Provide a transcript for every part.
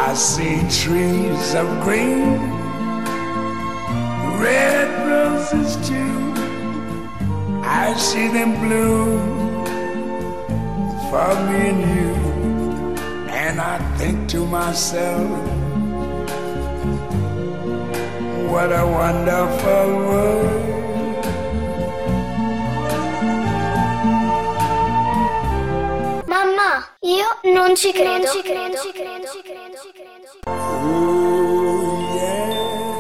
I see trees of green, red roses too. I see them bloom for me and you. And I think to myself, what a wonderful world. Mamma, io non ci credo. Ooh, yeah.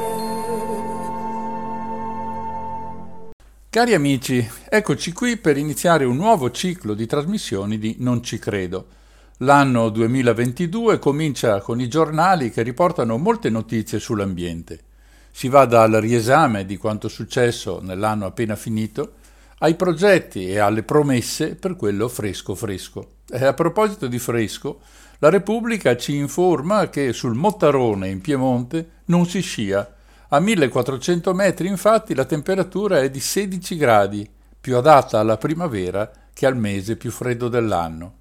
Cari amici, eccoci qui per iniziare un nuovo ciclo di trasmissioni di Non ci credo. L'anno 2022 comincia con i giornali che riportano molte notizie sull'ambiente. Si va dal riesame di quanto successo nell'anno appena finito ai progetti e alle promesse per quello fresco fresco. E a proposito di fresco, la Repubblica ci informa che sul Mottarone in Piemonte non si scia. A 1400 metri infatti la temperatura è di 16 gradi, più adatta alla primavera che al mese più freddo dell'anno.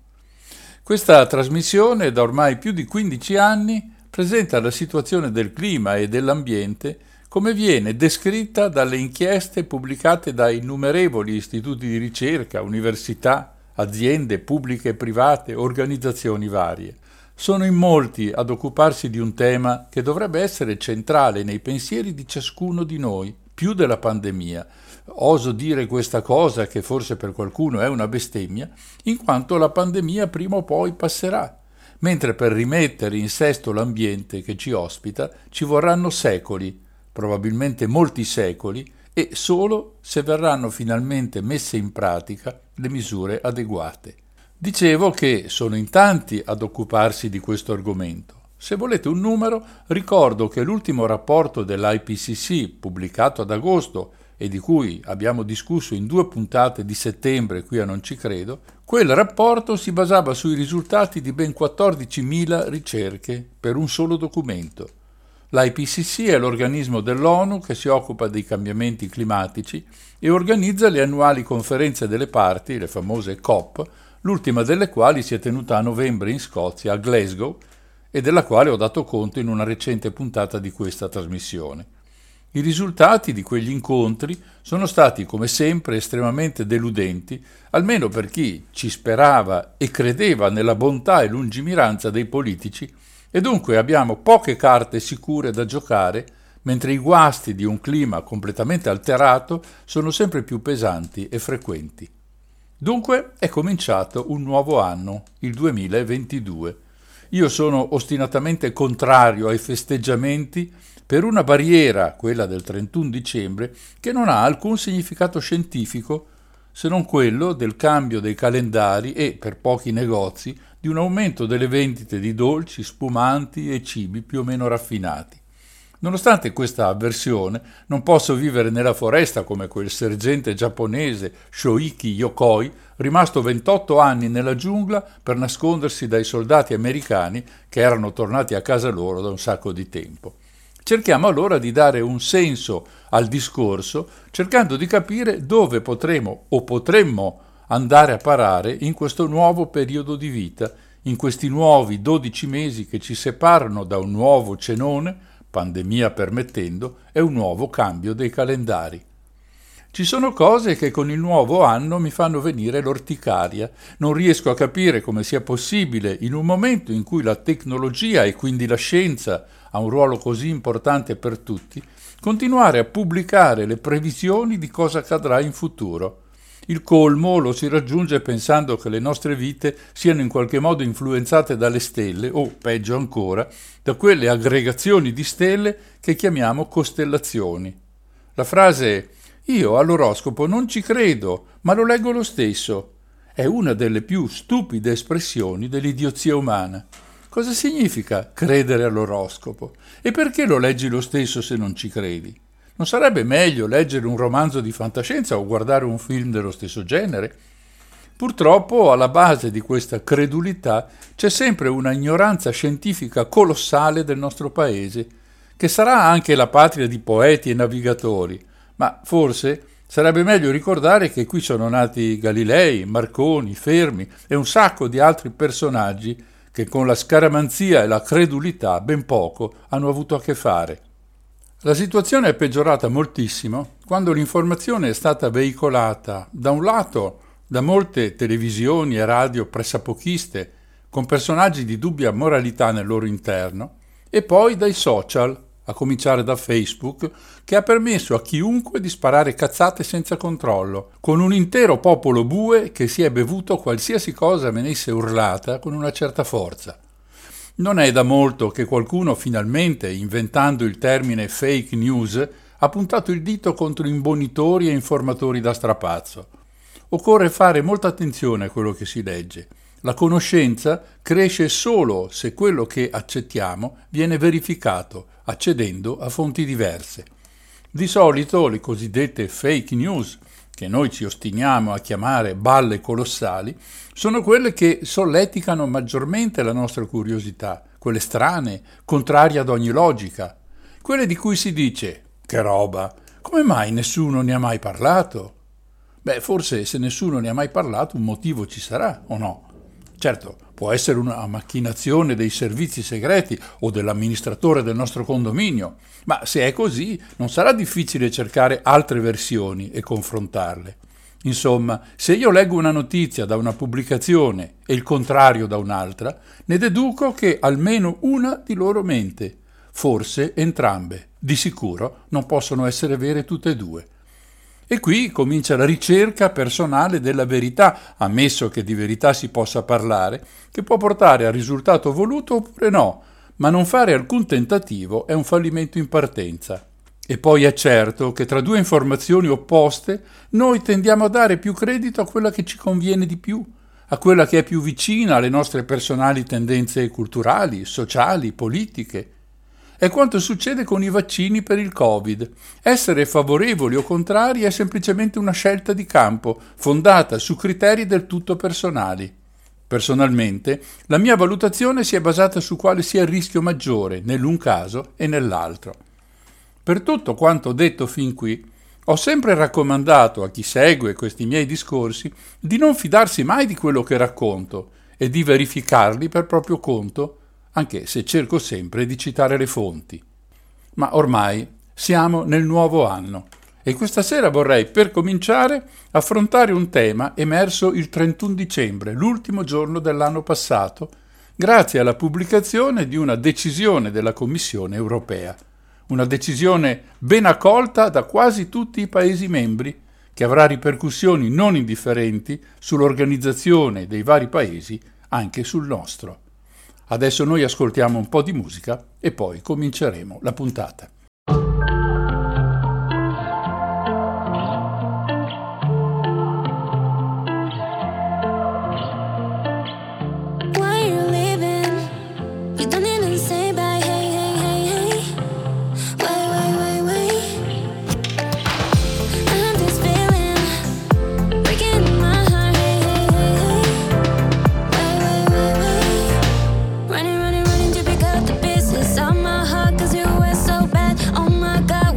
Questa trasmissione, da ormai più di 15 anni, presenta la situazione del clima e dell'ambiente come viene descritta dalle inchieste pubblicate da innumerevoli istituti di ricerca, università, aziende pubbliche e private, organizzazioni varie. Sono in molti ad occuparsi di un tema che dovrebbe essere centrale nei pensieri di ciascuno di noi, più della pandemia. Oso dire questa cosa, che forse per qualcuno è una bestemmia, in quanto la pandemia prima o poi passerà, mentre per rimettere in sesto l'ambiente che ci ospita ci vorranno secoli, probabilmente molti secoli, e solo se verranno finalmente messe in pratica le misure adeguate. Dicevo che sono in tanti ad occuparsi di questo argomento. Se volete un numero, ricordo che l'ultimo rapporto dell'IPCC, pubblicato ad agosto e di cui abbiamo discusso in 2 puntate di settembre qui a Non ci credo, quel rapporto si basava sui risultati di ben 14.000 ricerche per un solo documento. L'IPCC è l'organismo dell'ONU che si occupa dei cambiamenti climatici e organizza le annuali conferenze delle parti, le famose COP, l'ultima delle quali si è tenuta a novembre in Scozia, a Glasgow, e della quale ho dato conto in una recente puntata di questa trasmissione. I risultati di quegli incontri sono stati, come sempre, estremamente deludenti, almeno per chi ci sperava e credeva nella bontà e lungimiranza dei politici, e dunque abbiamo poche carte sicure da giocare, mentre i guasti di un clima completamente alterato sono sempre più pesanti e frequenti. Dunque è cominciato un nuovo anno, il 2022. Io sono ostinatamente contrario ai festeggiamenti per una barriera, quella del 31 dicembre, che non ha alcun significato scientifico se non quello del cambio dei calendari e, per pochi negozi, di un aumento delle vendite di dolci, spumanti e cibi più o meno raffinati. Nonostante questa avversione, non posso vivere nella foresta come quel sergente giapponese Shoiki Yokoi, rimasto 28 anni nella giungla per nascondersi dai soldati americani che erano tornati a casa loro da un sacco di tempo. Cerchiamo allora di dare un senso al discorso, cercando di capire dove potremo andare a parare in questo nuovo periodo di vita, in questi nuovi 12 mesi che ci separano da un nuovo cenone, pandemia permettendo, e un nuovo cambio dei calendari. Ci sono cose che con il nuovo anno mi fanno venire l'orticaria. Non riesco a capire come sia possibile, in un momento in cui la tecnologia e quindi la scienza ha un ruolo così importante per tutti, continuare a pubblicare le previsioni di cosa accadrà in futuro. Il colmo lo si raggiunge pensando che le nostre vite siano in qualche modo influenzate dalle stelle o, peggio ancora, da quelle aggregazioni di stelle che chiamiamo costellazioni. La frase «Io all'oroscopo non ci credo, ma lo leggo lo stesso» è una delle più stupide espressioni dell'idiozia umana. Cosa significa credere all'oroscopo? E perché lo leggi lo stesso se non ci credi? Non sarebbe meglio leggere un romanzo di fantascienza o guardare un film dello stesso genere? Purtroppo alla base di questa credulità c'è sempre una ignoranza scientifica colossale del nostro paese, che sarà anche la patria di poeti e navigatori, ma forse sarebbe meglio ricordare che qui sono nati Galilei, Marconi, Fermi e un sacco di altri personaggi che con la scaramanzia e la credulità ben poco hanno avuto a che fare. La situazione è peggiorata moltissimo quando l'informazione è stata veicolata, da un lato, da molte televisioni e radio pressapochiste, con personaggi di dubbia moralità nel loro interno, e poi dai social, a cominciare da Facebook, che ha permesso a chiunque di sparare cazzate senza controllo, con un intero popolo bue che si è bevuto qualsiasi cosa venisse urlata con una certa forza. Non è da molto che qualcuno finalmente, inventando il termine fake news, ha puntato il dito contro imbonitori e informatori da strapazzo. Occorre fare molta attenzione a quello che si legge. La conoscenza cresce solo se quello che accettiamo viene verificato, accedendo a fonti diverse. Di solito le cosiddette fake news, che noi ci ostiniamo a chiamare balle colossali, sono quelle che solleticano maggiormente la nostra curiosità, quelle strane, contrarie ad ogni logica, quelle di cui si dice «Che roba! Come mai nessuno ne ha mai parlato?» Beh, forse se nessuno ne ha mai parlato un motivo ci sarà, o no? Certo, può essere una macchinazione dei servizi segreti o dell'amministratore del nostro condominio, ma se è così non sarà difficile cercare altre versioni e confrontarle. Insomma, se io leggo una notizia da una pubblicazione e il contrario da un'altra, ne deduco che almeno una di loro mente, forse entrambe, di sicuro non possono essere vere tutte e due. E qui comincia la ricerca personale della verità, ammesso che di verità si possa parlare, che può portare al risultato voluto oppure no, ma non fare alcun tentativo è un fallimento in partenza. E poi è certo che tra due informazioni opposte noi tendiamo a dare più credito a quella che ci conviene di più, a quella che è più vicina alle nostre personali tendenze culturali, sociali, politiche. È quanto succede con i vaccini per il Covid. Essere favorevoli o contrari è semplicemente una scelta di campo, fondata su criteri del tutto personali. Personalmente, la mia valutazione si è basata su quale sia il rischio maggiore nell'un caso e nell'altro. Per tutto quanto detto fin qui, ho sempre raccomandato a chi segue questi miei discorsi di non fidarsi mai di quello che racconto e di verificarli per proprio conto, anche se cerco sempre di citare le fonti. Ma ormai siamo nel nuovo anno e questa sera vorrei, per cominciare, affrontare un tema emerso il 31 dicembre, l'ultimo giorno dell'anno passato, grazie alla pubblicazione di una decisione della Commissione europea. Una decisione ben accolta da quasi tutti i Paesi membri, che avrà ripercussioni non indifferenti sull'organizzazione dei vari Paesi, anche sul nostro. Adesso noi ascoltiamo un po' di musica e poi cominceremo la puntata. Running to pick up the pieces of my heart, 'cause you were so bad. Oh my God.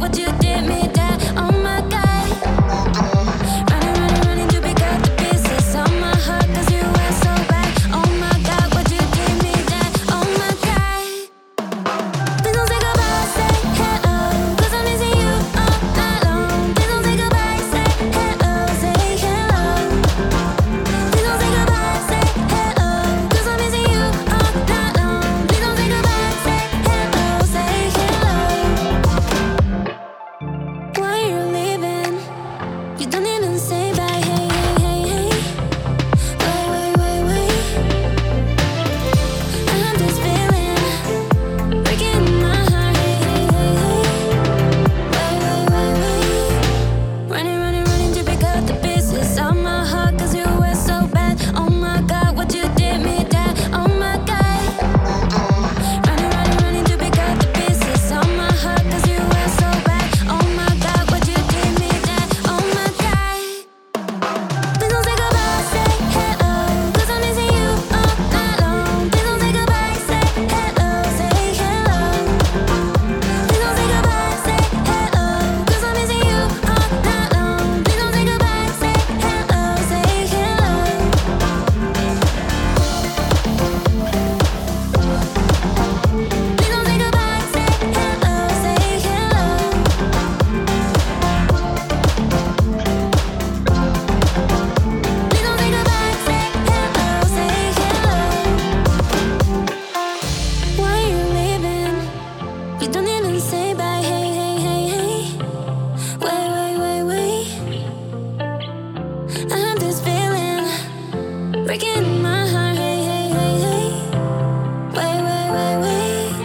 breaking my heart. Hey, hey, hey, hey. Wait.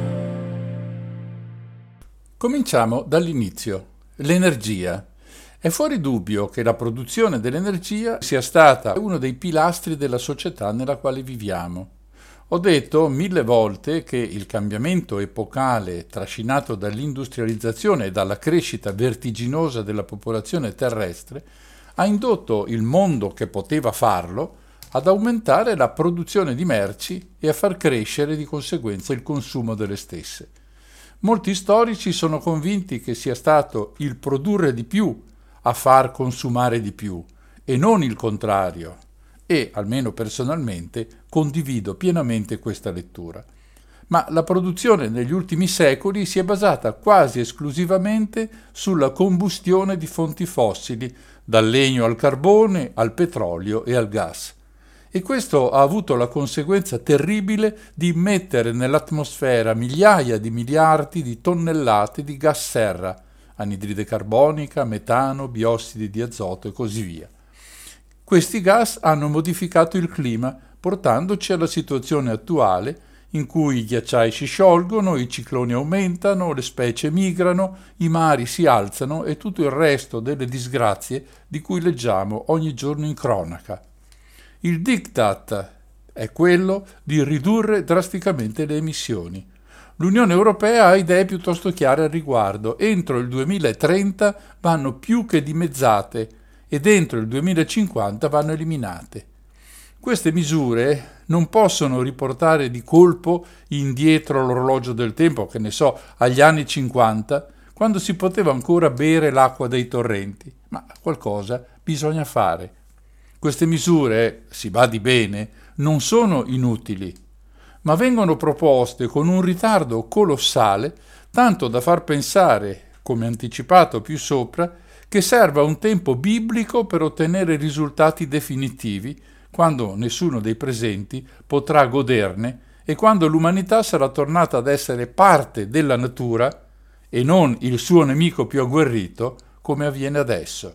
Cominciamo dall'inizio. L'energia. È fuori dubbio che la produzione dell'energia sia stata uno dei pilastri della società nella quale viviamo. Ho detto 1000 volte che il cambiamento epocale trascinato dall'industrializzazione e dalla crescita vertiginosa della popolazione terrestre ha indotto il mondo che poteva farlo ad aumentare la produzione di merci e a far crescere di conseguenza il consumo delle stesse. Molti storici sono convinti che sia stato il produrre di più a far consumare di più e non il contrario, e, almeno personalmente, condivido pienamente questa lettura. Ma la produzione negli ultimi secoli si è basata quasi esclusivamente sulla combustione di fonti fossili, dal legno al carbone, al petrolio e al gas. E questo ha avuto la conseguenza terribile di immettere nell'atmosfera migliaia di miliardi di tonnellate di gas serra, anidride carbonica, metano, biossidi di azoto e così via. Questi gas hanno modificato il clima, portandoci alla situazione attuale in cui i ghiacciai si sciolgono, i cicloni aumentano, le specie migrano, i mari si alzano e tutto il resto delle disgrazie di cui leggiamo ogni giorno in cronaca. Il diktat è quello di ridurre drasticamente le emissioni. L'Unione Europea ha idee piuttosto chiare al riguardo. Entro il 2030 vanno più che dimezzate ed entro il 2050 vanno eliminate. Queste misure non possono riportare di colpo indietro l'orologio del tempo, che ne so, agli anni 50, quando si poteva ancora bere l'acqua dei torrenti, ma qualcosa bisogna fare. Queste misure, si badi bene, non sono inutili, ma vengono proposte con un ritardo colossale, tanto da far pensare, come anticipato più sopra, che serva un tempo biblico per ottenere risultati definitivi, quando nessuno dei presenti potrà goderne e quando l'umanità sarà tornata ad essere parte della natura e non il suo nemico più agguerrito, come avviene adesso.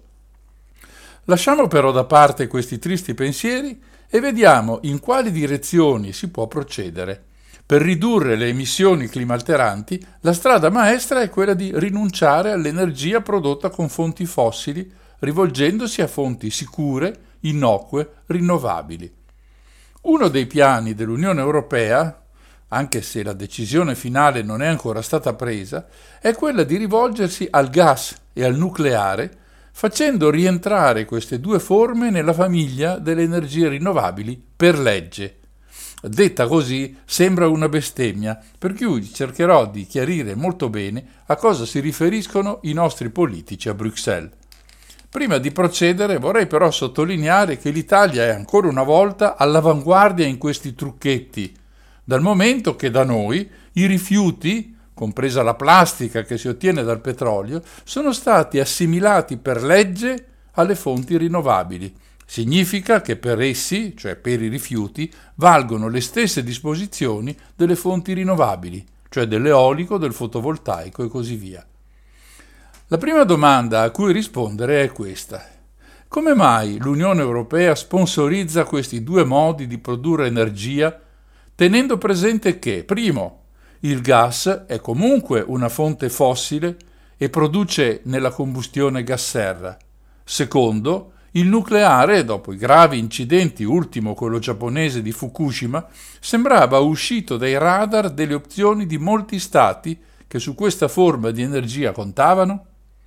Lasciamo però da parte questi tristi pensieri e vediamo in quali direzioni si può procedere. Per ridurre le emissioni climalteranti, la strada maestra è quella di rinunciare all'energia prodotta con fonti fossili, rivolgendosi a fonti sicure, innocue, rinnovabili. Uno dei piani dell'Unione Europea, anche se la decisione finale non è ancora stata presa, è quella di rivolgersi al gas e al nucleare, facendo rientrare queste due forme nella famiglia delle energie rinnovabili per legge. Detta così sembra una bestemmia, per cui cercherò di chiarire molto bene a cosa si riferiscono i nostri politici a Bruxelles. Prima di procedere vorrei però sottolineare che l'Italia è ancora una volta all'avanguardia in questi trucchetti, dal momento che da noi i rifiuti, compresa la plastica che si ottiene dal petrolio, sono stati assimilati per legge alle fonti rinnovabili. Significa che per essi, cioè per i rifiuti, valgono le stesse disposizioni delle fonti rinnovabili, cioè dell'eolico, del fotovoltaico e così via. La prima domanda a cui rispondere è questa: come mai l'Unione Europea sponsorizza questi due modi di produrre energia, tenendo presente che, primo, il gas è comunque una fonte fossile e produce nella combustione gas serra, secondo, il nucleare, dopo i gravi incidenti, ultimo quello giapponese di Fukushima, sembrava uscito dai radar delle opzioni di molti stati che su questa forma di energia contavano?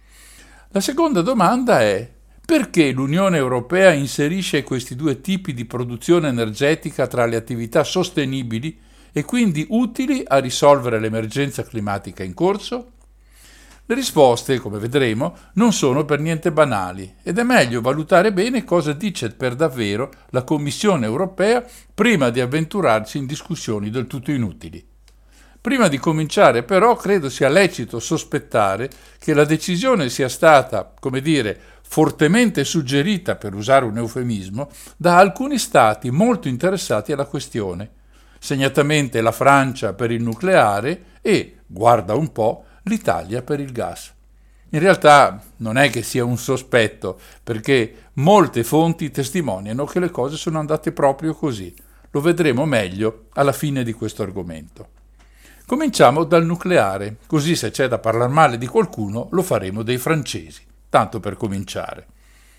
La seconda domanda è: perché l'Unione Europea inserisce questi due tipi di produzione energetica tra le attività sostenibili e quindi utili a risolvere l'emergenza climatica in corso? Le risposte, come vedremo, non sono per niente banali ed è meglio valutare bene cosa dice per davvero la Commissione europea prima di avventurarsi in discussioni del tutto inutili. Prima di cominciare, però, credo sia lecito sospettare che la decisione sia stata, fortemente suggerita, per usare un eufemismo, da alcuni stati molto interessati alla questione, segnatamente la Francia per il nucleare e, guarda un po', l'Italia per il gas. In realtà non è che sia un sospetto, perché molte fonti testimoniano che le cose sono andate proprio così. Lo vedremo meglio alla fine di questo argomento. Cominciamo dal nucleare, così se c'è da parlare male di qualcuno lo faremo dei francesi, tanto per cominciare.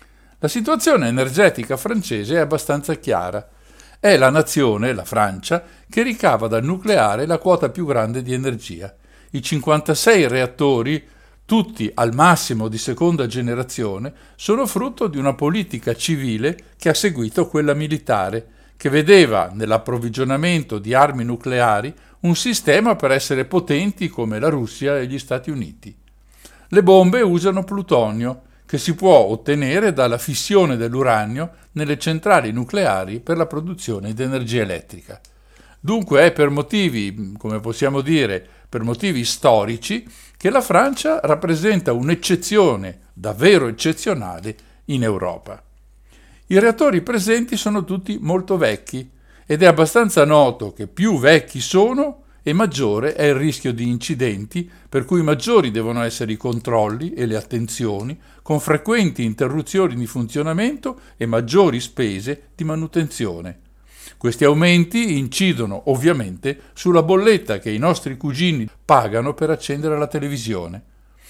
La situazione energetica francese è abbastanza chiara. È la nazione, la Francia, che ricava dal nucleare la quota più grande di energia. I 56 reattori, tutti al massimo di seconda generazione, sono frutto di una politica civile che ha seguito quella militare, che vedeva nell'approvvigionamento di armi nucleari un sistema per essere potenti come la Russia e gli Stati Uniti. Le bombe usano plutonio, che si può ottenere dalla fissione dell'uranio nelle centrali nucleari per la produzione di energia elettrica. Dunque è per motivi, come possiamo dire, per motivi storici, che la Francia rappresenta un'eccezione davvero eccezionale in Europa. I reattori presenti sono tutti molto vecchi ed è abbastanza noto che più vecchi sono e maggiore è il rischio di incidenti, per cui maggiori devono essere i controlli e le attenzioni, con frequenti interruzioni di funzionamento e maggiori spese di manutenzione. Questi aumenti incidono ovviamente sulla bolletta che i nostri cugini pagano per accendere la televisione.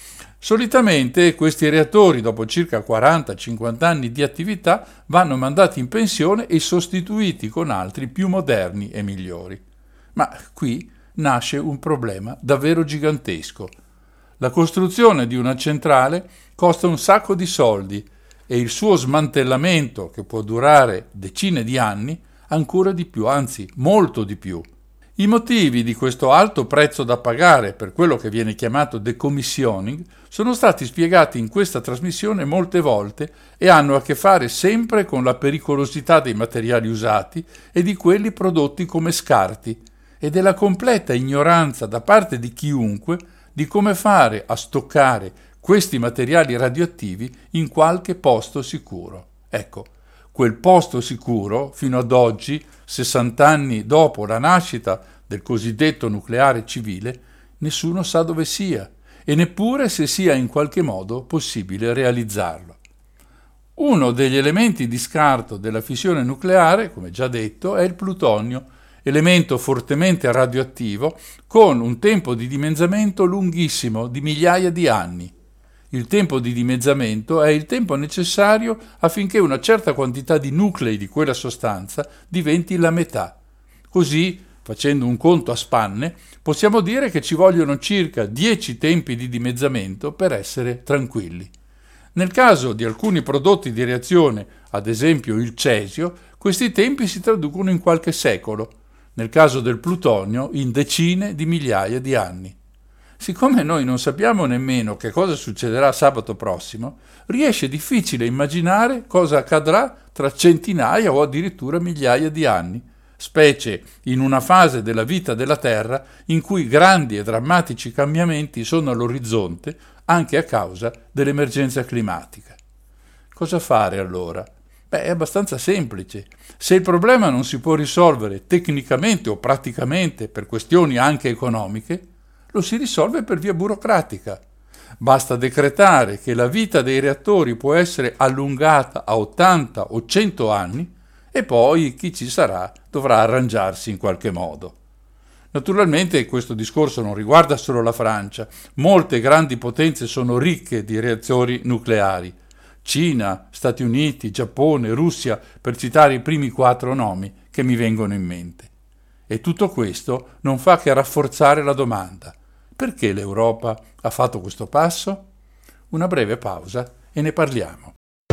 Solitamente questi reattori, dopo circa 40-50 anni di attività, vanno mandati in pensione e sostituiti con altri più moderni e migliori. Ma qui nasce un problema davvero gigantesco. La costruzione di una centrale costa un sacco di soldi e il suo smantellamento, che può durare decine di anni, ancora di più, anzi molto di più. I motivi di questo alto prezzo da pagare per quello che viene chiamato decommissioning sono stati spiegati in questa trasmissione molte volte e hanno a che fare sempre con la pericolosità dei materiali usati e di quelli prodotti come scarti e della completa ignoranza da parte di chiunque di come fare a stoccare questi materiali radioattivi in qualche posto sicuro. Ecco, quel posto sicuro, fino ad oggi, 60 anni dopo la nascita del cosiddetto nucleare civile, nessuno sa dove sia e neppure se sia in qualche modo possibile realizzarlo. Uno degli elementi di scarto della fissione nucleare, come già detto, è il plutonio, elemento fortemente radioattivo con un tempo di dimezzamento lunghissimo di migliaia di anni. Il tempo di dimezzamento è il tempo necessario affinché una certa quantità di nuclei di quella sostanza diventi la metà. Così, facendo un conto a spanne, possiamo dire che ci vogliono circa 10 tempi di dimezzamento per essere tranquilli. Nel caso di alcuni prodotti di reazione, ad esempio il cesio, questi tempi si traducono in qualche secolo. Nel caso del plutonio, in decine di migliaia di anni. Siccome noi non sappiamo nemmeno che cosa succederà sabato prossimo, riesce difficile immaginare cosa accadrà tra centinaia o addirittura migliaia di anni, specie in una fase della vita della Terra in cui grandi e drammatici cambiamenti sono all'orizzonte anche a causa dell'emergenza climatica. Cosa fare allora? È abbastanza semplice. Se il problema non si può risolvere tecnicamente o praticamente per questioni anche economiche, lo si risolve per via burocratica. Basta decretare che la vita dei reattori può essere allungata a 80 o 100 anni e poi chi ci sarà dovrà arrangiarsi in qualche modo. Naturalmente questo discorso non riguarda solo la Francia. Molte grandi potenze sono ricche di reattori nucleari. Cina, Stati Uniti, Giappone, Russia, per citare i primi 4 nomi che mi vengono in mente. E tutto questo non fa che rafforzare la domanda. Perché l'Europa ha fatto questo passo? Una breve pausa e ne parliamo.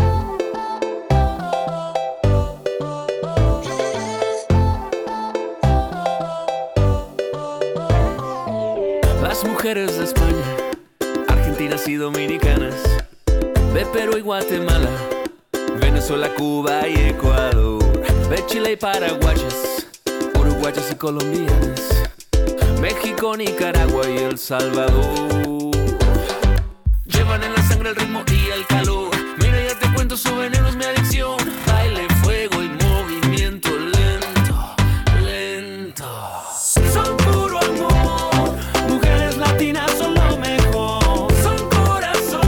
Las mujeres de España, Argentinas y Dominicanas, de Perú y Guatemala, Venezuela, Cuba y Ecuador, de Chile y paraguayas, uruguayas y colombianas, México, Nicaragua y El Salvador. Llevan en la sangre el ritmo y el calor. Mira, ya te cuento, su veneno es mi adicción. Baile, fuego y movimiento lento, lento. Son puro amor, mujeres latinas son lo mejor. Son corazón,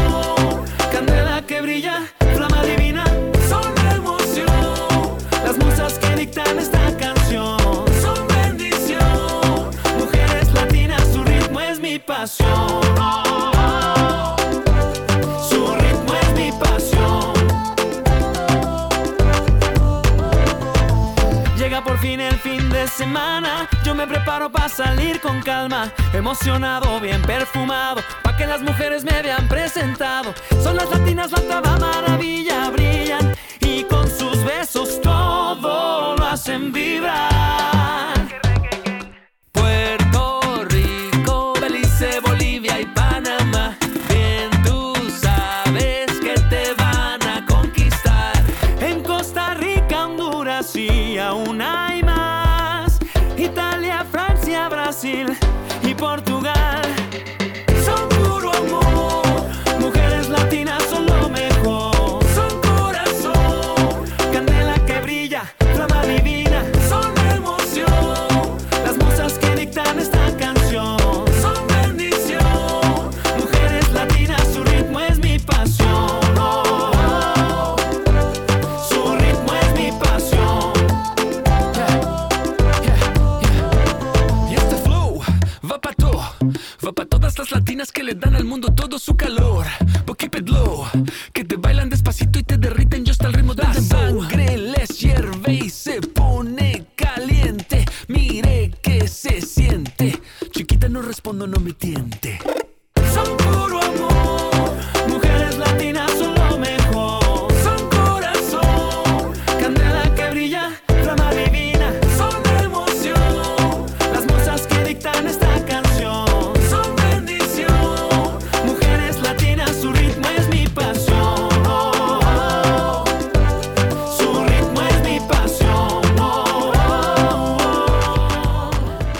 llega por fin el fin de semana. Yo me preparo para salir con calma, emocionado, bien perfumado, pa' que las mujeres me vean presentado. Son las latinas la octava maravilla, brillan y con sus besos todo lo hacen vibrar. Puerto Rico, Belice, Bolivia y Panamá, bien tú sabes que te van a conquistar. En Costa Rica, Honduras y aún hay más, Italia, Francia, Brasil y Portugal. Son puro amor, mujeres latinas son lo mejor. Son corazón, candela que brilla, flama divina. Son emoción, las musas que dictan esta canción. Son bendición, mujeres latinas, su ritmo es mi pasión. Oh, oh, oh. Su ritmo es mi pasión. Y este flow va pa' todas las latinas que le dan al mundo todo su calor. But keep it low, que te bailan despacito y te derriten just al ritmo del dembow. La sangre les hierve y se pone caliente. Mire que se siente. Chiquita, no respondo, no me tiente. Son puro amor, mujeres latinas son lo mejor. Son corazón, candela que brilla, flama divina. Son emoción, las musas que dictan esta canción. Son bendición, mujeres latinas, su ritmo es mi pasión. Oh, oh, oh. Su ritmo es mi pasión. Oh, oh,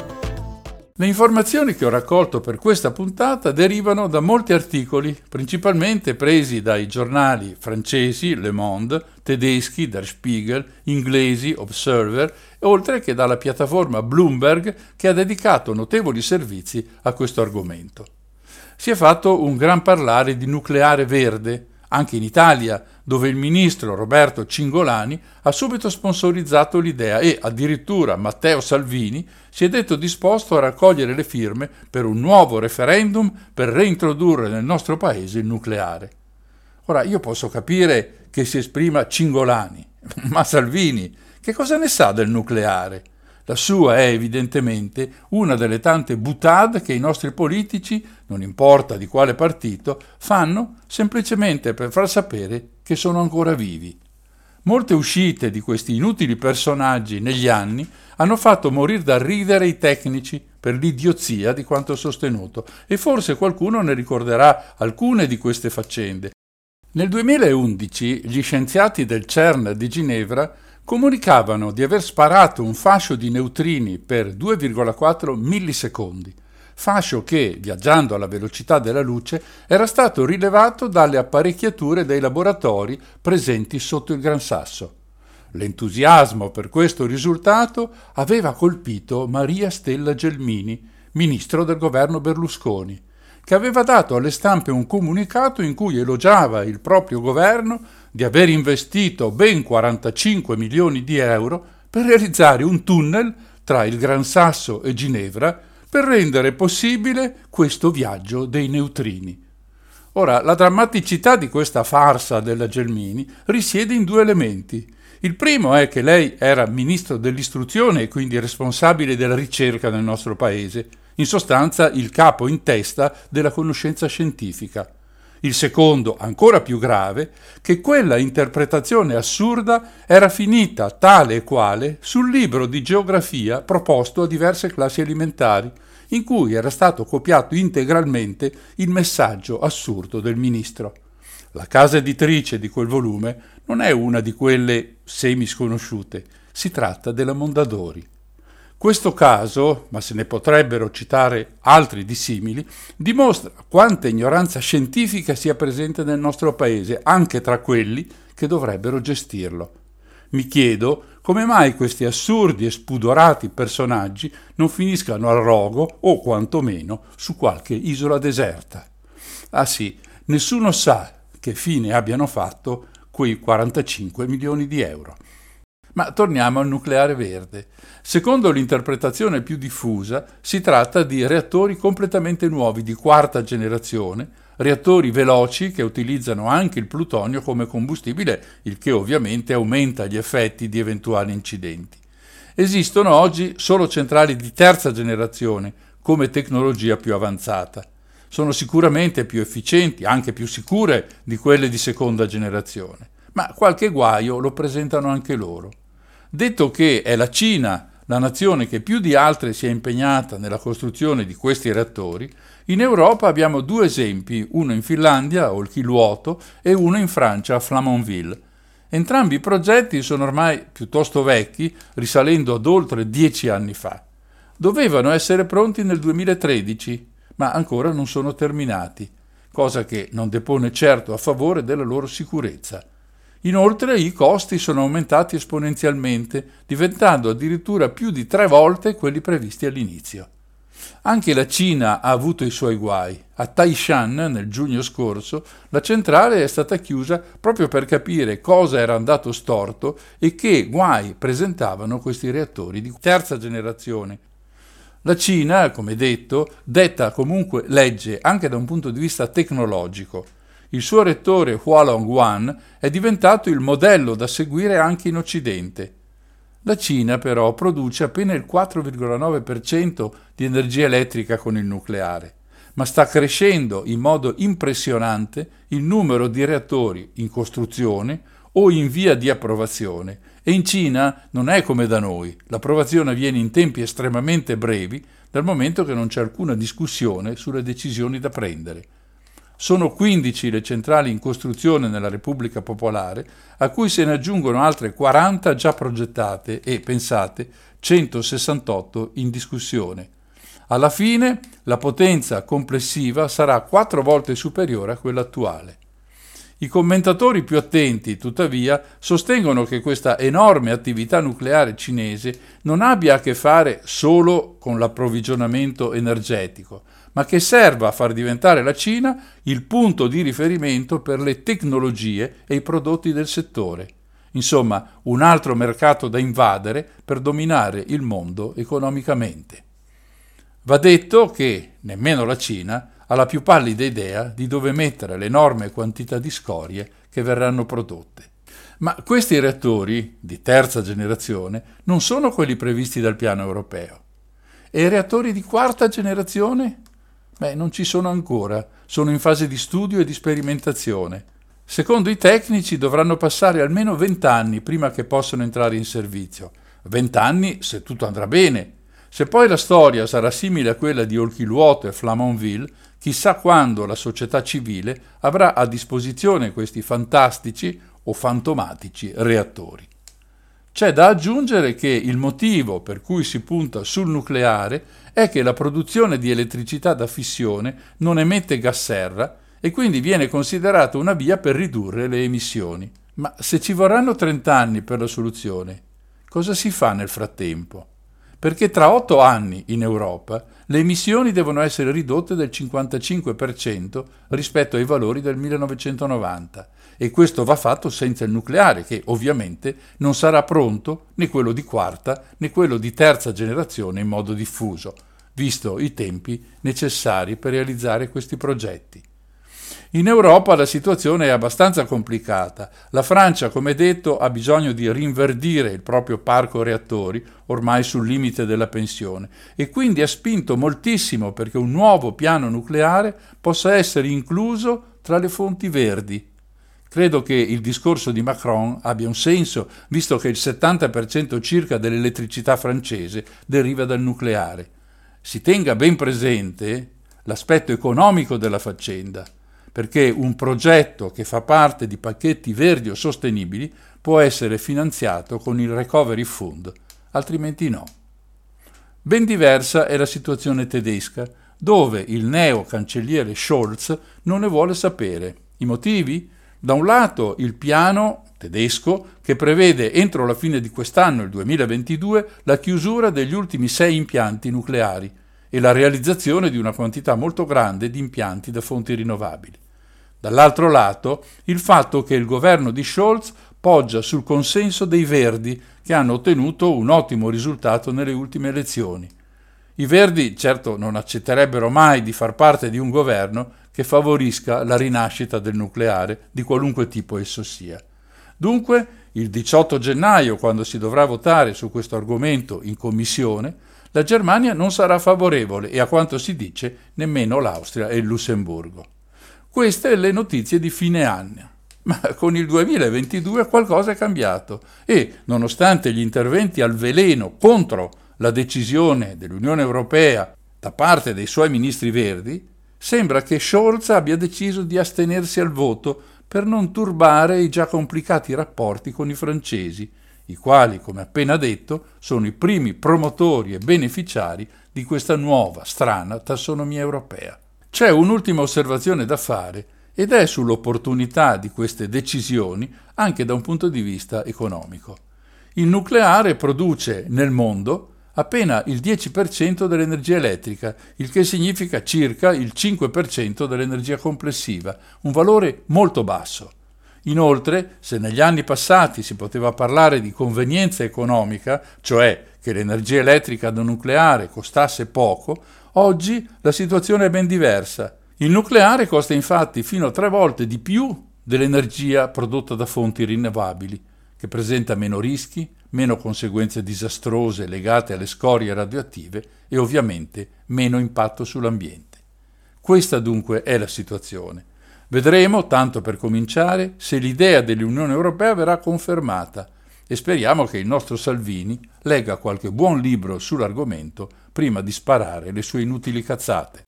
oh. Le informazioni che ho raccolto per questa puntata derivano da molti articoli, principalmente presi dai giornali francesi Le Monde, tedeschi Der Spiegel, inglesi Observer, oltre che dalla piattaforma Bloomberg, che ha dedicato notevoli servizi a questo argomento. Si è fatto un gran parlare di nucleare verde, anche in Italia, dove il ministro Roberto Cingolani ha subito sponsorizzato l'idea e addirittura Matteo Salvini si è detto disposto a raccogliere le firme per un nuovo referendum per reintrodurre nel nostro paese il nucleare. Ora, io posso capire che si esprima Cingolani, ma Salvini che cosa ne sa del nucleare? La sua è evidentemente una delle tante boutade che i nostri politici, non importa di quale partito, fanno semplicemente per far sapere che sono ancora vivi. Molte uscite di questi inutili personaggi negli anni hanno fatto morire da ridere i tecnici per l'idiozia di quanto sostenuto e forse qualcuno ne ricorderà alcune di queste faccende. Nel 2011 gli scienziati del CERN di Ginevra comunicavano di aver sparato un fascio di neutrini per 2,4 millisecondi, fascio che, viaggiando alla velocità della luce, era stato rilevato dalle apparecchiature dei laboratori presenti sotto il Gran Sasso. L'entusiasmo per questo risultato aveva colpito Maria Stella Gelmini, ministro del governo Berlusconi, che aveva dato alle stampe un comunicato in cui elogiava il proprio governo di aver investito ben 45 milioni di euro per realizzare un tunnel tra il Gran Sasso e Ginevra per rendere possibile questo viaggio dei neutrini. Ora, la drammaticità di questa farsa della Gelmini risiede in due elementi. Il primo è che lei era ministro dell'istruzione e quindi responsabile della ricerca nel nostro paese, in sostanza il capo in testa della conoscenza scientifica. Il secondo, ancora più grave, che quella interpretazione assurda era finita tale e quale sul libro di geografia proposto a diverse classi elementari, in cui era stato copiato integralmente il messaggio assurdo del ministro. La casa editrice di quel volume non è una di quelle semi-sconosciute, si tratta della Mondadori. Questo caso, ma se ne potrebbero citare altri dissimili, dimostra quanta ignoranza scientifica sia presente nel nostro paese, anche tra quelli che dovrebbero gestirlo. Mi chiedo come mai questi assurdi e spudorati personaggi non finiscano al rogo o quantomeno su qualche isola deserta. Ah sì, nessuno sa che fine abbiano fatto quei 45 milioni di euro. Ma torniamo al nucleare verde. Secondo l'interpretazione più diffusa, si tratta di reattori completamente nuovi di quarta generazione, reattori veloci che utilizzano anche il plutonio come combustibile, il che ovviamente aumenta gli effetti di eventuali incidenti. Esistono oggi solo centrali di terza generazione come tecnologia più avanzata. Sono sicuramente più efficienti, anche più sicure di quelle di seconda generazione, ma qualche guaio lo presentano anche loro. Detto che è la Cina la nazione che più di altre si è impegnata nella costruzione di questi reattori, in Europa abbiamo due esempi, uno in Finlandia, a Olkiluoto, e uno in Francia, a Flamanville. Entrambi i progetti sono ormai piuttosto vecchi, risalendo ad oltre 10 anni fa. Dovevano essere pronti nel 2013, ma ancora non sono terminati, cosa che non depone certo a favore della loro sicurezza. Inoltre i costi sono aumentati esponenzialmente, diventando addirittura più di 3 volte quelli previsti all'inizio. Anche la Cina ha avuto i suoi guai. A Taishan, nel giugno scorso, la centrale è stata chiusa proprio per capire cosa era andato storto e che guai presentavano questi reattori di terza generazione. La Cina, come detto, detta comunque legge anche da un punto di vista tecnologico. Il suo reattore Hualong-1 è diventato il modello da seguire anche in Occidente. La Cina però produce appena il 4,9% di energia elettrica con il nucleare, ma sta crescendo in modo impressionante il numero di reattori in costruzione o in via di approvazione, e in Cina non è come da noi, l'approvazione avviene in tempi estremamente brevi dal momento che non c'è alcuna discussione sulle decisioni da prendere. Sono 15 le centrali in costruzione nella Repubblica Popolare, a cui se ne aggiungono altre 40 già progettate e, pensate, 168 in discussione. Alla fine la potenza complessiva sarà 4 volte superiore a quella attuale. I commentatori più attenti, tuttavia, sostengono che questa enorme attività nucleare cinese non abbia a che fare solo con l'approvvigionamento energetico, ma che serva a far diventare la Cina il punto di riferimento per le tecnologie e i prodotti del settore. Insomma, un altro mercato da invadere per dominare il mondo economicamente. Va detto che nemmeno la Cina ha la più pallida idea di dove mettere l'enorme quantità di scorie che verranno prodotte. Ma questi reattori di terza generazione non sono quelli previsti dal piano europeo. E i reattori di quarta generazione? Non ci sono ancora, sono in fase di studio e di sperimentazione. Secondo i tecnici dovranno passare almeno 20 anni prima che possano entrare in servizio. 20 anni se tutto andrà bene. Se poi la storia sarà simile a quella di Olkiluoto e Flamanville, chissà quando la società civile avrà a disposizione questi fantastici o fantomatici reattori. C'è da aggiungere che il motivo per cui si punta sul nucleare è che la produzione di elettricità da fissione non emette gas serra e quindi viene considerata una via per ridurre le emissioni. Ma se ci vorranno 30 anni per la soluzione, cosa si fa nel frattempo? Perché tra 8 anni in Europa le emissioni devono essere ridotte del 55% rispetto ai valori del 1990 e questo va fatto senza il nucleare, che ovviamente non sarà pronto né quello di quarta né quello di terza generazione in modo diffuso, visto i tempi necessari per realizzare questi progetti. In Europa la situazione è abbastanza complicata. La Francia, come detto, ha bisogno di rinverdire il proprio parco reattori, ormai sul limite della pensione, e quindi ha spinto moltissimo perché un nuovo piano nucleare possa essere incluso tra le fonti verdi. Credo che il discorso di Macron abbia un senso, visto che il 70% circa dell'elettricità francese deriva dal nucleare. Si tenga ben presente l'aspetto economico della faccenda, perché un progetto che fa parte di pacchetti verdi o sostenibili può essere finanziato con il Recovery Fund, altrimenti no. Ben diversa è la situazione tedesca, dove il neo-cancelliere Scholz non ne vuole sapere. I motivi? Da un lato il piano tedesco che prevede entro la fine di quest'anno, il 2022, la chiusura degli ultimi 6 impianti nucleari e la realizzazione di una quantità molto grande di impianti da fonti rinnovabili. Dall'altro lato, il fatto che il governo di Scholz poggia sul consenso dei Verdi, che hanno ottenuto un ottimo risultato nelle ultime elezioni. I Verdi certo non accetterebbero mai di far parte di un governo che favorisca la rinascita del nucleare, di qualunque tipo esso sia. Dunque, Il 18 gennaio, quando si dovrà votare su questo argomento in commissione, la Germania non sarà favorevole e, a quanto si dice, nemmeno l'Austria e il Lussemburgo. Queste le notizie di fine anno. Ma con il 2022 qualcosa è cambiato e, nonostante gli interventi al veleno contro la decisione dell'Unione Europea da parte dei suoi ministri verdi, sembra che Scholz abbia deciso di astenersi al voto per non turbare i già complicati rapporti con i francesi, i quali, come appena detto, sono i primi promotori e beneficiari di questa nuova, strana tassonomia europea. C'è un'ultima osservazione da fare ed è sull'opportunità di queste decisioni anche da un punto di vista economico. Il nucleare produce nel mondo appena il 10% dell'energia elettrica, il che significa circa il 5% dell'energia complessiva, un valore molto basso. Inoltre, se negli anni passati si poteva parlare di convenienza economica, cioè che l'energia elettrica da nucleare costasse poco, oggi la situazione è ben diversa. Il nucleare costa infatti fino a 3 volte di più dell'energia prodotta da fonti rinnovabili, che presenta meno rischi, meno conseguenze disastrose legate alle scorie radioattive e ovviamente meno impatto sull'ambiente. Questa dunque è la situazione. Vedremo, tanto per cominciare, se l'idea dell'Unione Europea verrà confermata e speriamo che il nostro Salvini legga qualche buon libro sull'argomento prima di sparare le sue inutili cazzate.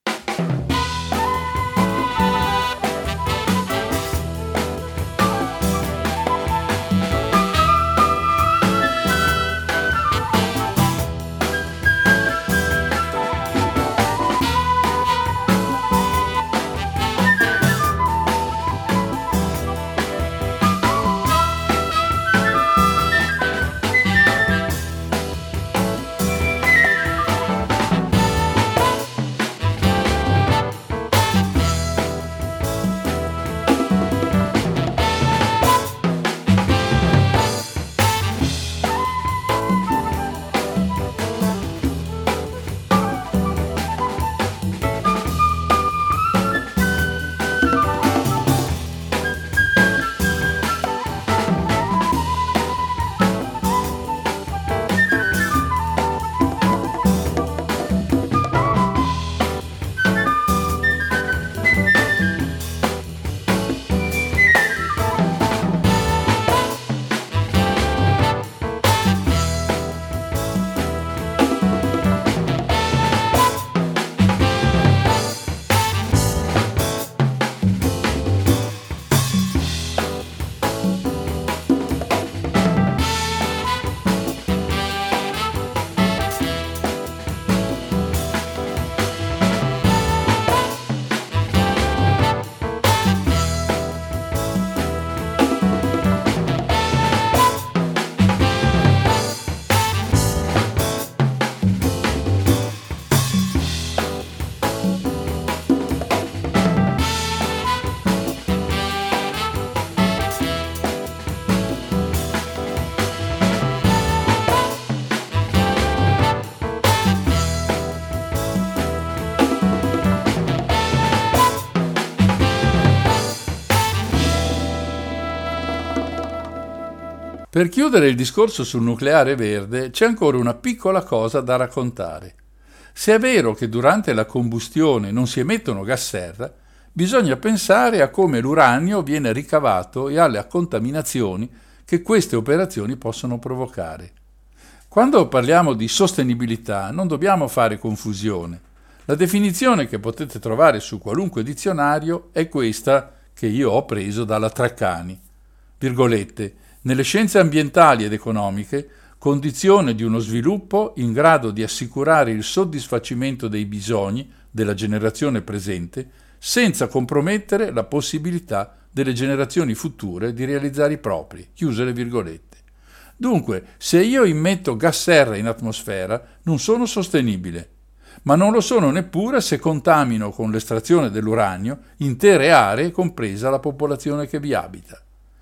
Per chiudere il discorso sul nucleare verde c'è ancora una piccola cosa da raccontare. Se è vero che durante la combustione non si emettono gas serra, bisogna pensare a come l'uranio viene ricavato e alle contaminazioni che queste operazioni possono provocare. Quando parliamo di sostenibilità non dobbiamo fare confusione. La definizione che potete trovare su qualunque dizionario è questa che io ho preso dalla Treccani. Virgolette, nelle scienze ambientali ed economiche, condizione di uno sviluppo in grado di assicurare il soddisfacimento dei bisogni della generazione presente senza compromettere la possibilità delle generazioni future di realizzare i propri, chiuse le virgolette. Dunque, se io immetto gas serra in atmosfera, non sono sostenibile, ma non lo sono neppure se contamino con l'estrazione dell'uranio intere aree, compresa la popolazione che vi abita.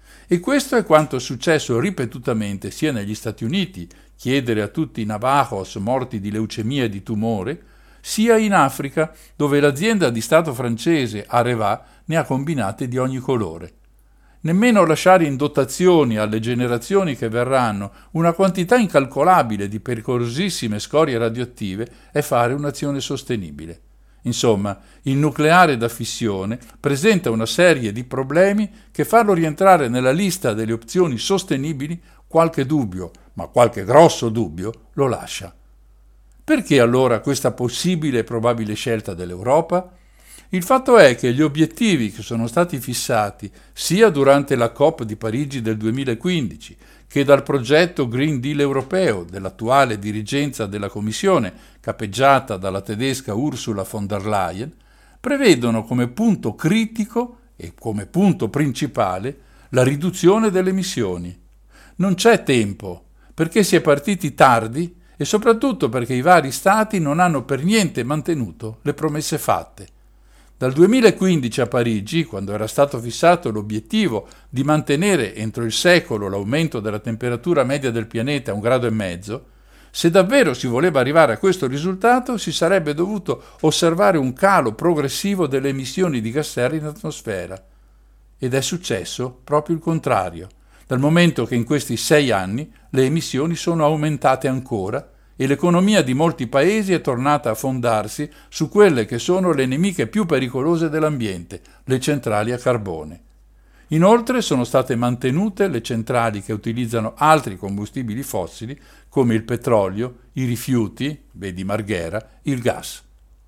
E questo è quanto è successo ripetutamente sia negli Stati Uniti, chiedere a tutti i Navajos morti di leucemia e di tumore, sia in Africa, dove l'azienda di Stato francese Areva ne ha combinate di ogni colore. Nemmeno lasciare in dotazioni alle generazioni che verranno una quantità incalcolabile di pericolosissime scorie radioattive è fare un'azione sostenibile. Insomma, il nucleare da fissione presenta una serie di problemi che farlo rientrare nella lista delle opzioni sostenibili qualche dubbio, ma qualche grosso dubbio, lo lascia. Perché allora questa possibile e probabile scelta dell'Europa? Il fatto è che gli obiettivi che sono stati fissati sia durante la COP di Parigi del 2015 che dal progetto Green Deal europeo dell'attuale dirigenza della Commissione, capeggiata dalla tedesca Ursula von der Leyen, prevedono come punto critico e come punto principale la riduzione delle emissioni. Non c'è tempo, perché si è partiti tardi e soprattutto perché i vari Stati non hanno per niente mantenuto le promesse fatte. Dal 2015 a Parigi, quando era stato fissato l'obiettivo di mantenere entro il secolo l'aumento della temperatura media del pianeta a 1,5 gradi, se davvero si voleva arrivare a questo risultato si sarebbe dovuto osservare un calo progressivo delle emissioni di gas serra in atmosfera. Ed è successo proprio il contrario, dal momento che in questi 6 anni le emissioni sono aumentate ancora e l'economia di molti paesi è tornata a fondarsi su quelle che sono le nemiche più pericolose dell'ambiente, le centrali a carbone. Inoltre sono state mantenute le centrali che utilizzano altri combustibili fossili come il petrolio, i rifiuti, vedi Marghera, il gas.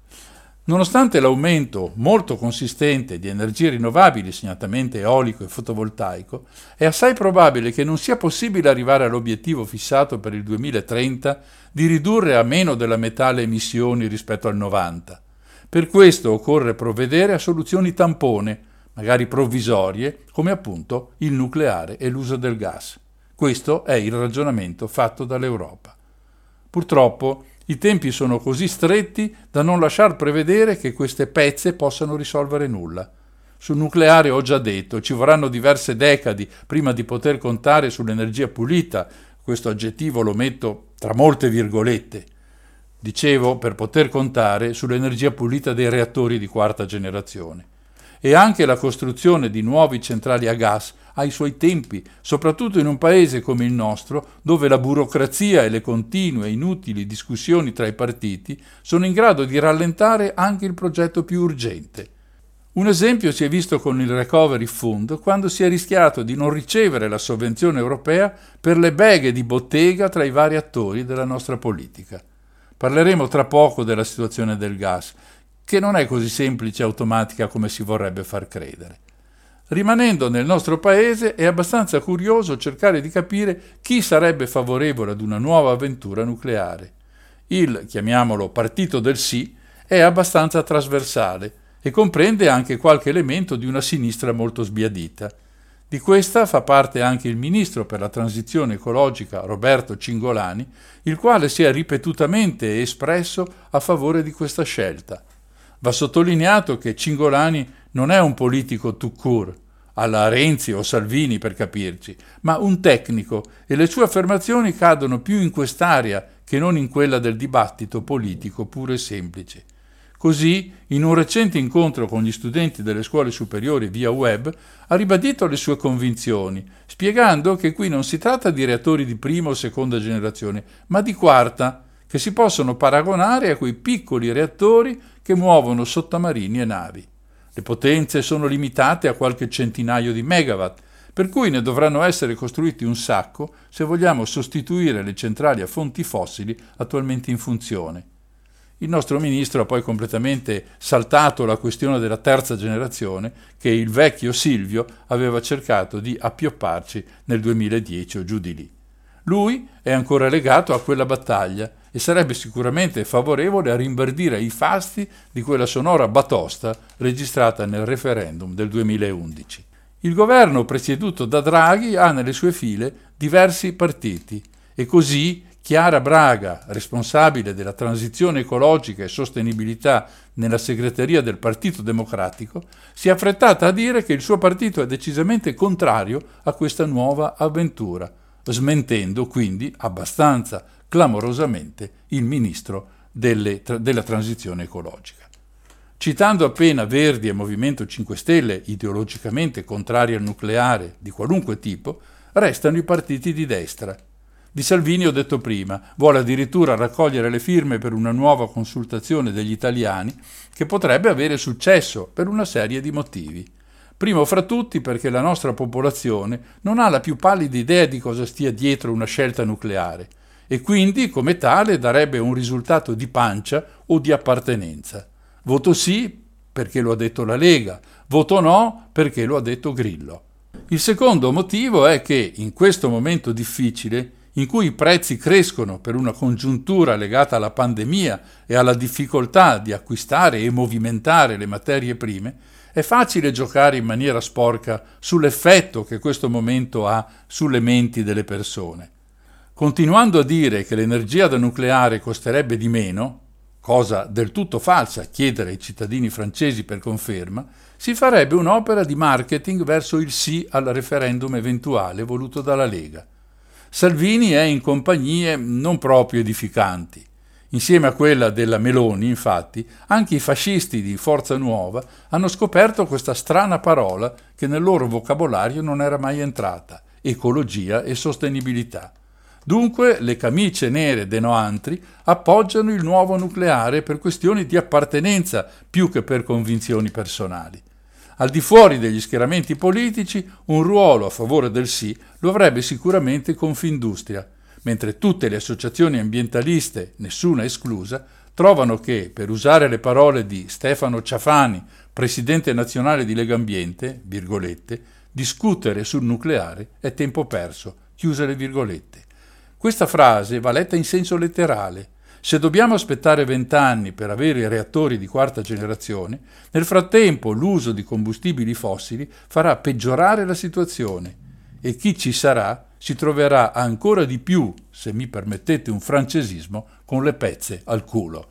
Nonostante l'aumento molto consistente di energie rinnovabili, segnatamente eolico e fotovoltaico, è assai probabile che non sia possibile arrivare all'obiettivo fissato per il 2030 di ridurre a meno della metà le emissioni rispetto al 90. Per questo occorre provvedere a soluzioni tampone, magari provvisorie, come appunto il nucleare e l'uso del gas. Questo è il ragionamento fatto dall'Europa. Purtroppo i tempi sono così stretti da non lasciar prevedere che queste pezze possano risolvere nulla. Sul nucleare ho già detto, ci vorranno diverse decadi prima di poter contare sull'energia pulita, questo aggettivo lo metto tra molte virgolette. Dicevo, per poter contare sull'energia pulita dei reattori di 4ª generazione. E anche la costruzione di nuovi centrali a gas ha i suoi tempi, soprattutto in un paese come il nostro, dove la burocrazia e le continue e inutili discussioni tra i partiti sono in grado di rallentare anche il progetto più urgente. Un esempio si è visto con il Recovery Fund, quando si è rischiato di non ricevere la sovvenzione europea per le beghe di bottega tra i vari attori della nostra politica. Parleremo tra poco della situazione del gas, che non è così semplice e automatica come si vorrebbe far credere. Rimanendo nel nostro paese è abbastanza curioso cercare di capire chi sarebbe favorevole ad una nuova avventura nucleare. Il, chiamiamolo, partito del sì, è abbastanza trasversale e comprende anche qualche elemento di una sinistra molto sbiadita. Di questa fa parte anche il ministro per la transizione ecologica Roberto Cingolani, il quale si è ripetutamente espresso a favore di questa scelta. Va sottolineato che Cingolani non è un politico tout court, alla Renzi o Salvini per capirci, ma un tecnico, e le sue affermazioni cadono più in quest'area che non in quella del dibattito politico puro e semplice. Così, in un recente incontro con gli studenti delle scuole superiori via web, ha ribadito le sue convinzioni, spiegando che qui non si tratta di reattori di 1ª o 2ª generazione, ma di 4ª, che si possono paragonare a quei piccoli reattori che muovono sottomarini e navi. Le potenze sono limitate a qualche centinaio di megawatt, per cui ne dovranno essere costruiti un sacco se vogliamo sostituire le centrali a fonti fossili attualmente in funzione. Il nostro ministro ha poi completamente saltato la questione della 3ª generazione che il vecchio Silvio aveva cercato di appiopparci nel 2010 o giù di lì. Lui è ancora legato a quella battaglia e sarebbe sicuramente favorevole a rinverdire i fasti di quella sonora batosta registrata nel referendum del 2011. Il governo presieduto da Draghi ha nelle sue file diversi partiti e così Chiara Braga, responsabile della transizione ecologica e sostenibilità nella segreteria del Partito Democratico, si è affrettata a dire che il suo partito è decisamente contrario a questa nuova avventura, smentendo quindi abbastanza clamorosamente il ministro della transizione ecologica. Citando appena Verdi e Movimento 5 Stelle, ideologicamente contrari al nucleare di qualunque tipo, restano i partiti di destra. Di Salvini ho detto prima, vuole addirittura raccogliere le firme per una nuova consultazione degli italiani che potrebbe avere successo per una serie di motivi. Primo fra tutti perché la nostra popolazione non ha la più pallida idea di cosa stia dietro una scelta nucleare e quindi, come tale, darebbe un risultato di pancia o di appartenenza. Voto sì perché lo ha detto la Lega, voto no perché lo ha detto Grillo. Il secondo motivo è che in questo momento difficile, in cui i prezzi crescono per una congiuntura legata alla pandemia e alla difficoltà di acquistare e movimentare le materie prime, è facile giocare in maniera sporca sull'effetto che questo momento ha sulle menti delle persone. Continuando a dire che l'energia da nucleare costerebbe di meno, cosa del tutto falsa chiedere ai cittadini francesi per conferma, si farebbe un'opera di marketing verso il sì al referendum eventuale voluto dalla Lega. Salvini è in compagnie non proprio edificanti. Insieme a quella della Meloni, infatti, anche i fascisti di Forza Nuova hanno scoperto questa strana parola che nel loro vocabolario non era mai entrata: ecologia e sostenibilità. Dunque le camicie nere dei noantri appoggiano il nuovo nucleare per questioni di appartenenza più che per convinzioni personali. Al di fuori degli schieramenti politici, un ruolo a favore del sì lo avrebbe sicuramente Confindustria, mentre tutte le associazioni ambientaliste, nessuna esclusa, trovano che, per usare le parole di Stefano Ciafani, presidente nazionale di Legambiente, virgolette, discutere sul nucleare è tempo perso, chiuse le virgolette. Questa frase va letta in senso letterale. Se dobbiamo aspettare 20 anni per avere i reattori di quarta generazione, nel frattempo l'uso di combustibili fossili farà peggiorare la situazione e chi ci sarà si troverà ancora di più, se mi permettete un francesismo, con le pezze al culo.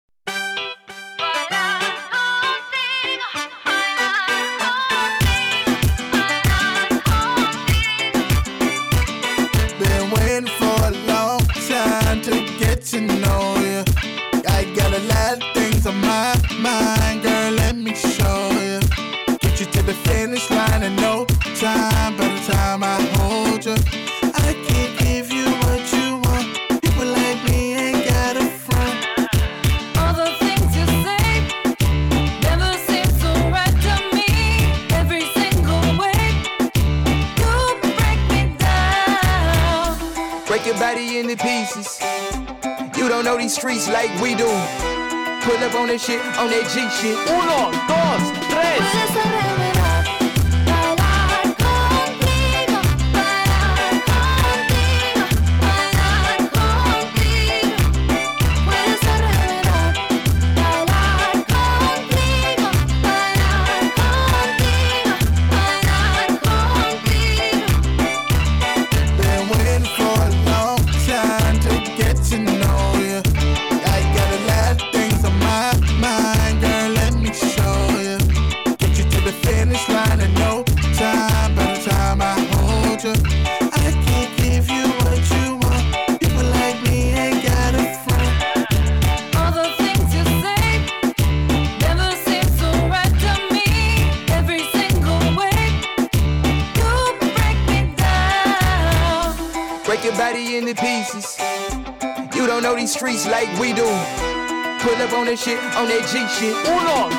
To know you, I got a lot of things on my mind, girl. Let me show you. Get you to the finish line in no time. By the time I hold you, I can't give you what you want. People like me ain't got a front. All the things you say never seem so right to me. Every single way you break me down. Break your body into pieces. You don't know these streets like we do. Pull up on that shit, on that G shit. 1, 2, 3. Puedes arrebatar, bailar contigo, bailar contigo, bailar contigo. Puedes arrebatar, bailar contigo, bailar contigo, bailar contigo. Been waiting for a long time to get to know you. I got a lot of things on my mind, girl. Let me show you. Get you to the finish line in no time. By the time I hold you, I can't give you what you want. People like me ain't got a front. All the things you say never seem so right to me. Every single way you break me down. Break your body into pieces. You don't know these streets like we do. Pull up on that shit, on that G shit. 1, 2,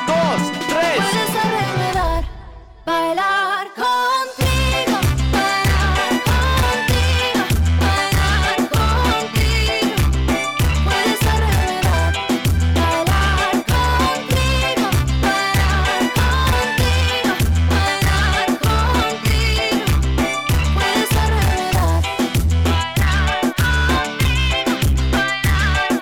3. Puedes arrebatar, bailar contigo, bailar contigo, bailar contigo. Puedes arrebatar, bailar contigo, bailar contigo, bailar contigo. Puedes arrebatar, bailar contigo, bailar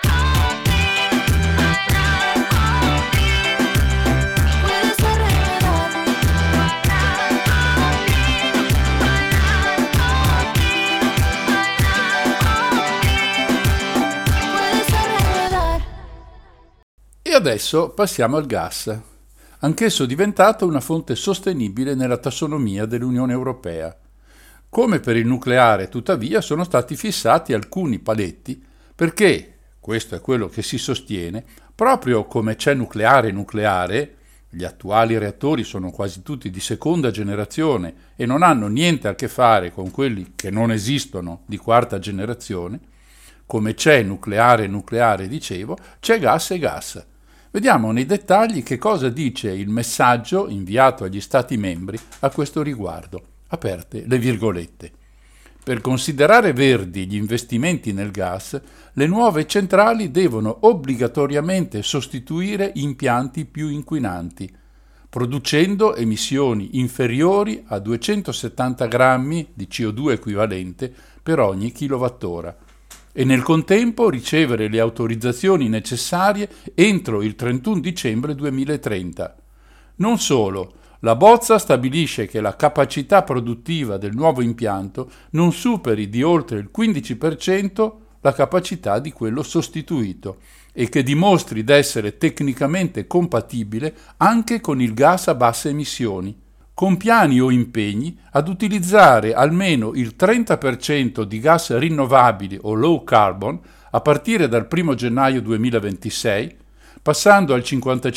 E adesso passiamo al gas, anch'esso diventato una fonte sostenibile nella tassonomia dell'Unione Europea. Come per il nucleare, tuttavia, sono stati fissati alcuni paletti perché, questo è quello che si sostiene, Proprio come c'è nucleare, gli attuali reattori sono quasi tutti di seconda generazione e non hanno niente a che fare con quelli che non esistono di quarta generazione, come c'è nucleare, dicevo, c'è gas e gas. Vediamo nei dettagli che cosa dice il messaggio inviato agli Stati membri a questo riguardo. Aperte le virgolette. Per considerare verdi gli investimenti nel gas, le nuove centrali devono obbligatoriamente sostituire impianti più inquinanti, producendo emissioni inferiori a 270 grammi di CO2 equivalente per ogni kilowattora e nel contempo ricevere le autorizzazioni necessarie entro il 31 dicembre 2030. Non solo, la bozza stabilisce che la capacità produttiva del nuovo impianto non superi di oltre il 15% la capacità di quello sostituito e che dimostri d'essere tecnicamente compatibile anche con il gas a basse emissioni, con piani o impegni ad utilizzare almeno il 30% di gas rinnovabili o low carbon a partire dal 1 gennaio 2026, passando al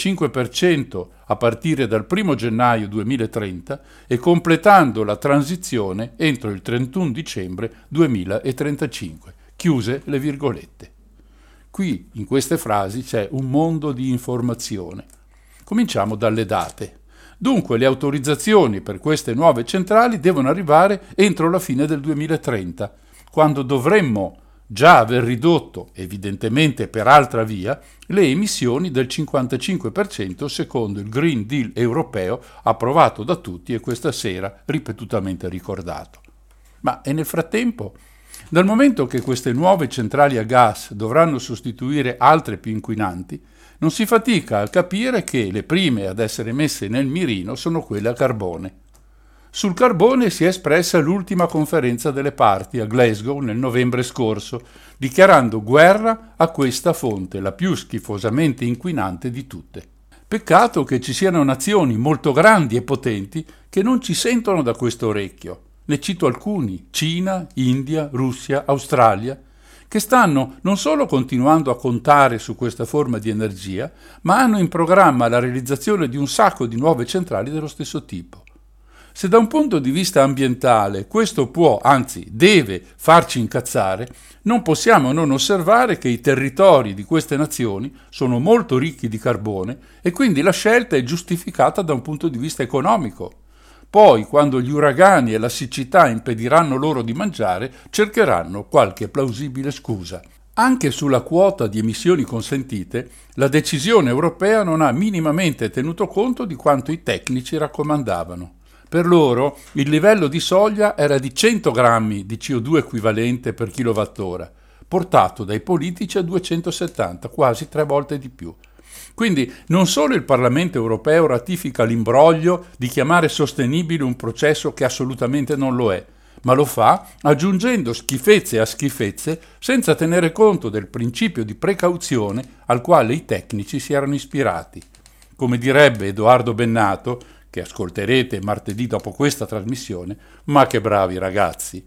55% a partire dal 1 gennaio 2030 e completando la transizione entro il 31 dicembre 2035. Chiuse le virgolette. Qui, in queste frasi, c'è un mondo di informazione. Cominciamo dalle date. Dunque, le autorizzazioni per queste nuove centrali devono arrivare entro la fine del 2030, quando dovremmo già aver ridotto, evidentemente per altra via, le emissioni del 55% secondo il Green Deal europeo approvato da tutti e questa sera ripetutamente ricordato. Ma e nel frattempo? Dal momento che queste nuove centrali a gas dovranno sostituire altre più inquinanti, non si fatica a capire che le prime ad essere messe nel mirino sono quelle a carbone. Sul carbone si è espressa l'ultima conferenza delle parti a Glasgow nel novembre scorso, dichiarando guerra a questa fonte, la più schifosamente inquinante di tutte. Peccato che ci siano nazioni molto grandi e potenti che non ci sentono da questo orecchio. Ne cito alcuni: Cina, India, Russia, Australia, che stanno non solo continuando a contare su questa forma di energia, ma hanno in programma la realizzazione di un sacco di nuove centrali dello stesso tipo. Se da un punto di vista ambientale questo può, anzi deve, farci incazzare, non possiamo non osservare che i territori di queste nazioni sono molto ricchi di carbone e quindi la scelta è giustificata da un punto di vista economico. Poi, quando gli uragani e la siccità impediranno loro di mangiare, cercheranno qualche plausibile scusa. Anche sulla quota di emissioni consentite, la decisione europea non ha minimamente tenuto conto di quanto i tecnici raccomandavano. Per loro il livello di soglia era di 100 grammi di CO2 equivalente per kilowattora, portato dai politici a 270, quasi 3 volte di più. Quindi non solo il Parlamento europeo ratifica l'imbroglio di chiamare sostenibile un processo che assolutamente non lo è, ma lo fa aggiungendo schifezze a schifezze senza tenere conto del principio di precauzione al quale i tecnici si erano ispirati. Come direbbe Edoardo Bennato, che ascolterete martedì dopo questa trasmissione, ma che bravi ragazzi!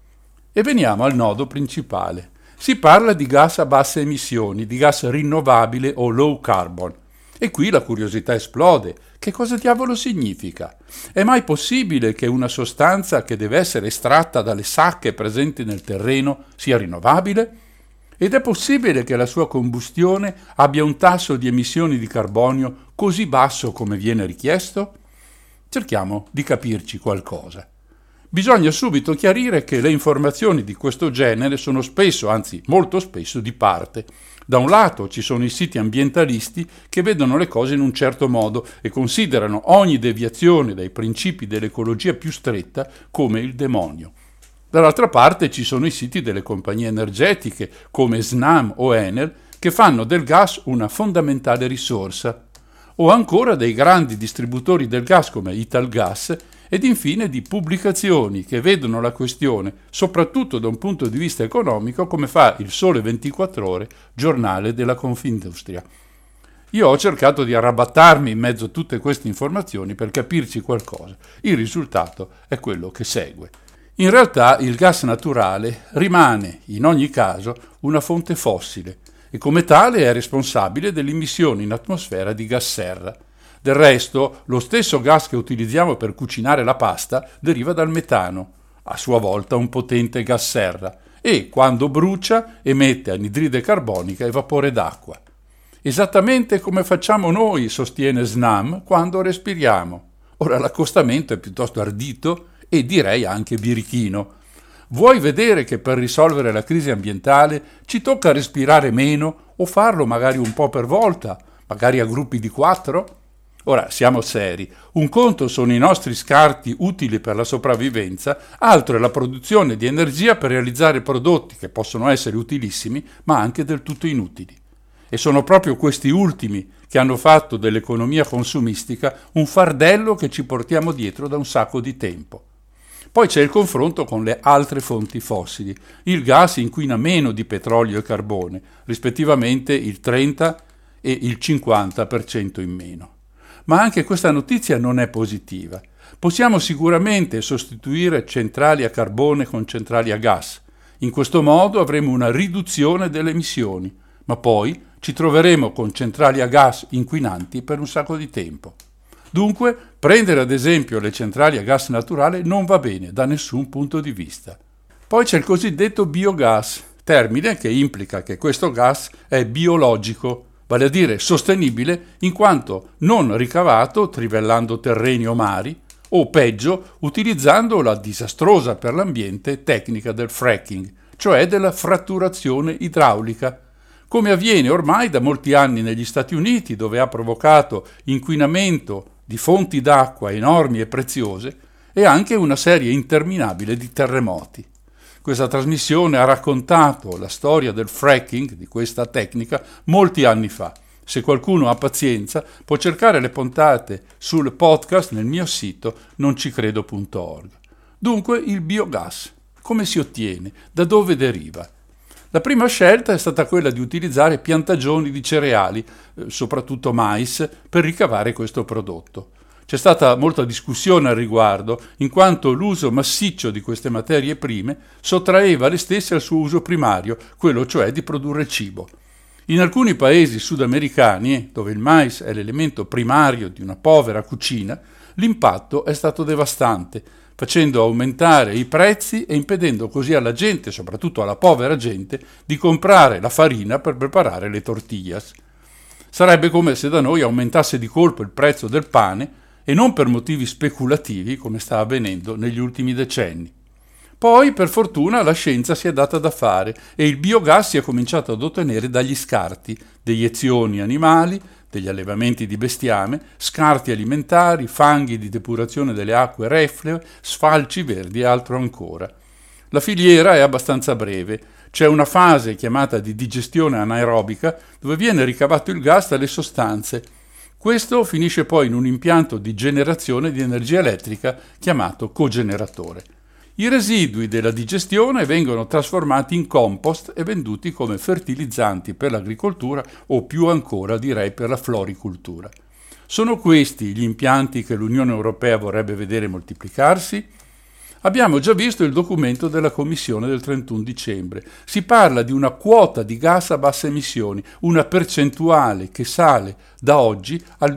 E veniamo al nodo principale. Si parla di gas a basse emissioni, di gas rinnovabile o low carbon. E qui la curiosità esplode. Che cosa diavolo significa? È mai possibile che una sostanza che deve essere estratta dalle sacche presenti nel terreno sia rinnovabile? Ed è possibile che la sua combustione abbia un tasso di emissioni di carbonio così basso come viene richiesto? Cerchiamo di capirci qualcosa. Bisogna subito chiarire che le informazioni di questo genere sono spesso, anzi molto spesso, di parte. Da un lato ci sono i siti ambientalisti che vedono le cose in un certo modo e considerano ogni deviazione dai principi dell'ecologia più stretta come il demonio. Dall'altra parte ci sono i siti delle compagnie energetiche come Snam o Enel che fanno del gas una fondamentale risorsa, o ancora dei grandi distributori del gas come Italgas ed infine di pubblicazioni che vedono la questione, soprattutto da un punto di vista economico, come fa il Sole 24 Ore, giornale della Confindustria. Io ho cercato di arrabattarmi in mezzo a tutte queste informazioni per capirci qualcosa. Il risultato è quello che segue. In realtà il gas naturale rimane, in ogni caso, una fonte fossile e come tale è responsabile dell'emissione in atmosfera di gas serra. Del resto, lo stesso gas che utilizziamo per cucinare la pasta deriva dal metano, a sua volta un potente gas serra, e quando brucia emette anidride carbonica e vapore d'acqua. Esattamente come facciamo noi, sostiene Snam, quando respiriamo. Ora l'accostamento è piuttosto ardito e direi anche birichino. Vuoi vedere che per risolvere la crisi ambientale ci tocca respirare meno o farlo magari un po' per volta, magari a gruppi di 4? Ora, siamo seri, un conto sono i nostri scarti utili per la sopravvivenza, altro è la produzione di energia per realizzare prodotti che possono essere utilissimi, ma anche del tutto inutili. E sono proprio questi ultimi che hanno fatto dell'economia consumistica un fardello che ci portiamo dietro da un sacco di tempo. Poi c'è il confronto con le altre fonti fossili. Il gas inquina meno di petrolio e carbone, rispettivamente il 30 e il 50% in meno. Ma anche questa notizia non è positiva. Possiamo sicuramente sostituire centrali a carbone con centrali a gas. In questo modo avremo una riduzione delle emissioni, ma poi ci troveremo con centrali a gas inquinanti per un sacco di tempo. Dunque, prendere ad esempio le centrali a gas naturale non va bene da nessun punto di vista. Poi c'è il cosiddetto biogas, termine che implica che questo gas è biologico, vale a dire sostenibile in quanto non ricavato trivellando terreni o mari, o peggio utilizzando la disastrosa per l'ambiente tecnica del fracking, cioè della fratturazione idraulica, come avviene ormai da molti anni negli Stati Uniti, dove ha provocato inquinamento di fonti d'acqua enormi e preziose e anche una serie interminabile di terremoti. Questa trasmissione ha raccontato la storia del fracking, di questa tecnica, molti anni fa. Se qualcuno ha pazienza, può cercare le puntate sul podcast nel mio sito noncicredo.org. Dunque, il biogas. Come si ottiene? Da dove deriva? La prima scelta è stata quella di utilizzare piantagioni di cereali, soprattutto mais, per ricavare questo prodotto. C'è stata molta discussione al riguardo, in quanto l'uso massiccio di queste materie prime sottraeva le stesse al suo uso primario, quello cioè di produrre cibo. In alcuni paesi sudamericani, dove il mais è l'elemento primario di una povera cucina, l'impatto è stato devastante, facendo aumentare i prezzi e impedendo così alla gente, soprattutto alla povera gente, di comprare la farina per preparare le tortillas. Sarebbe come se da noi aumentasse di colpo il prezzo del pane e non per motivi speculativi come sta avvenendo negli ultimi decenni. Poi, per fortuna, la scienza si è data da fare e il biogas si è cominciato ad ottenere dagli scarti, deiezioni animali, degli allevamenti di bestiame, scarti alimentari, fanghi di depurazione delle acque reflue, sfalci verdi e altro ancora. La filiera è abbastanza breve. C'è una fase chiamata di digestione anaerobica dove viene ricavato il gas dalle sostanze. Questo finisce poi in un impianto di generazione di energia elettrica chiamato cogeneratore. I residui della digestione vengono trasformati in compost e venduti come fertilizzanti per l'agricoltura o più ancora direi per la floricoltura. Sono questi gli impianti che l'Unione Europea vorrebbe vedere moltiplicarsi? Abbiamo già visto il documento della Commissione del 31 dicembre. Si parla di una quota di gas a basse emissioni, una percentuale che sale da oggi al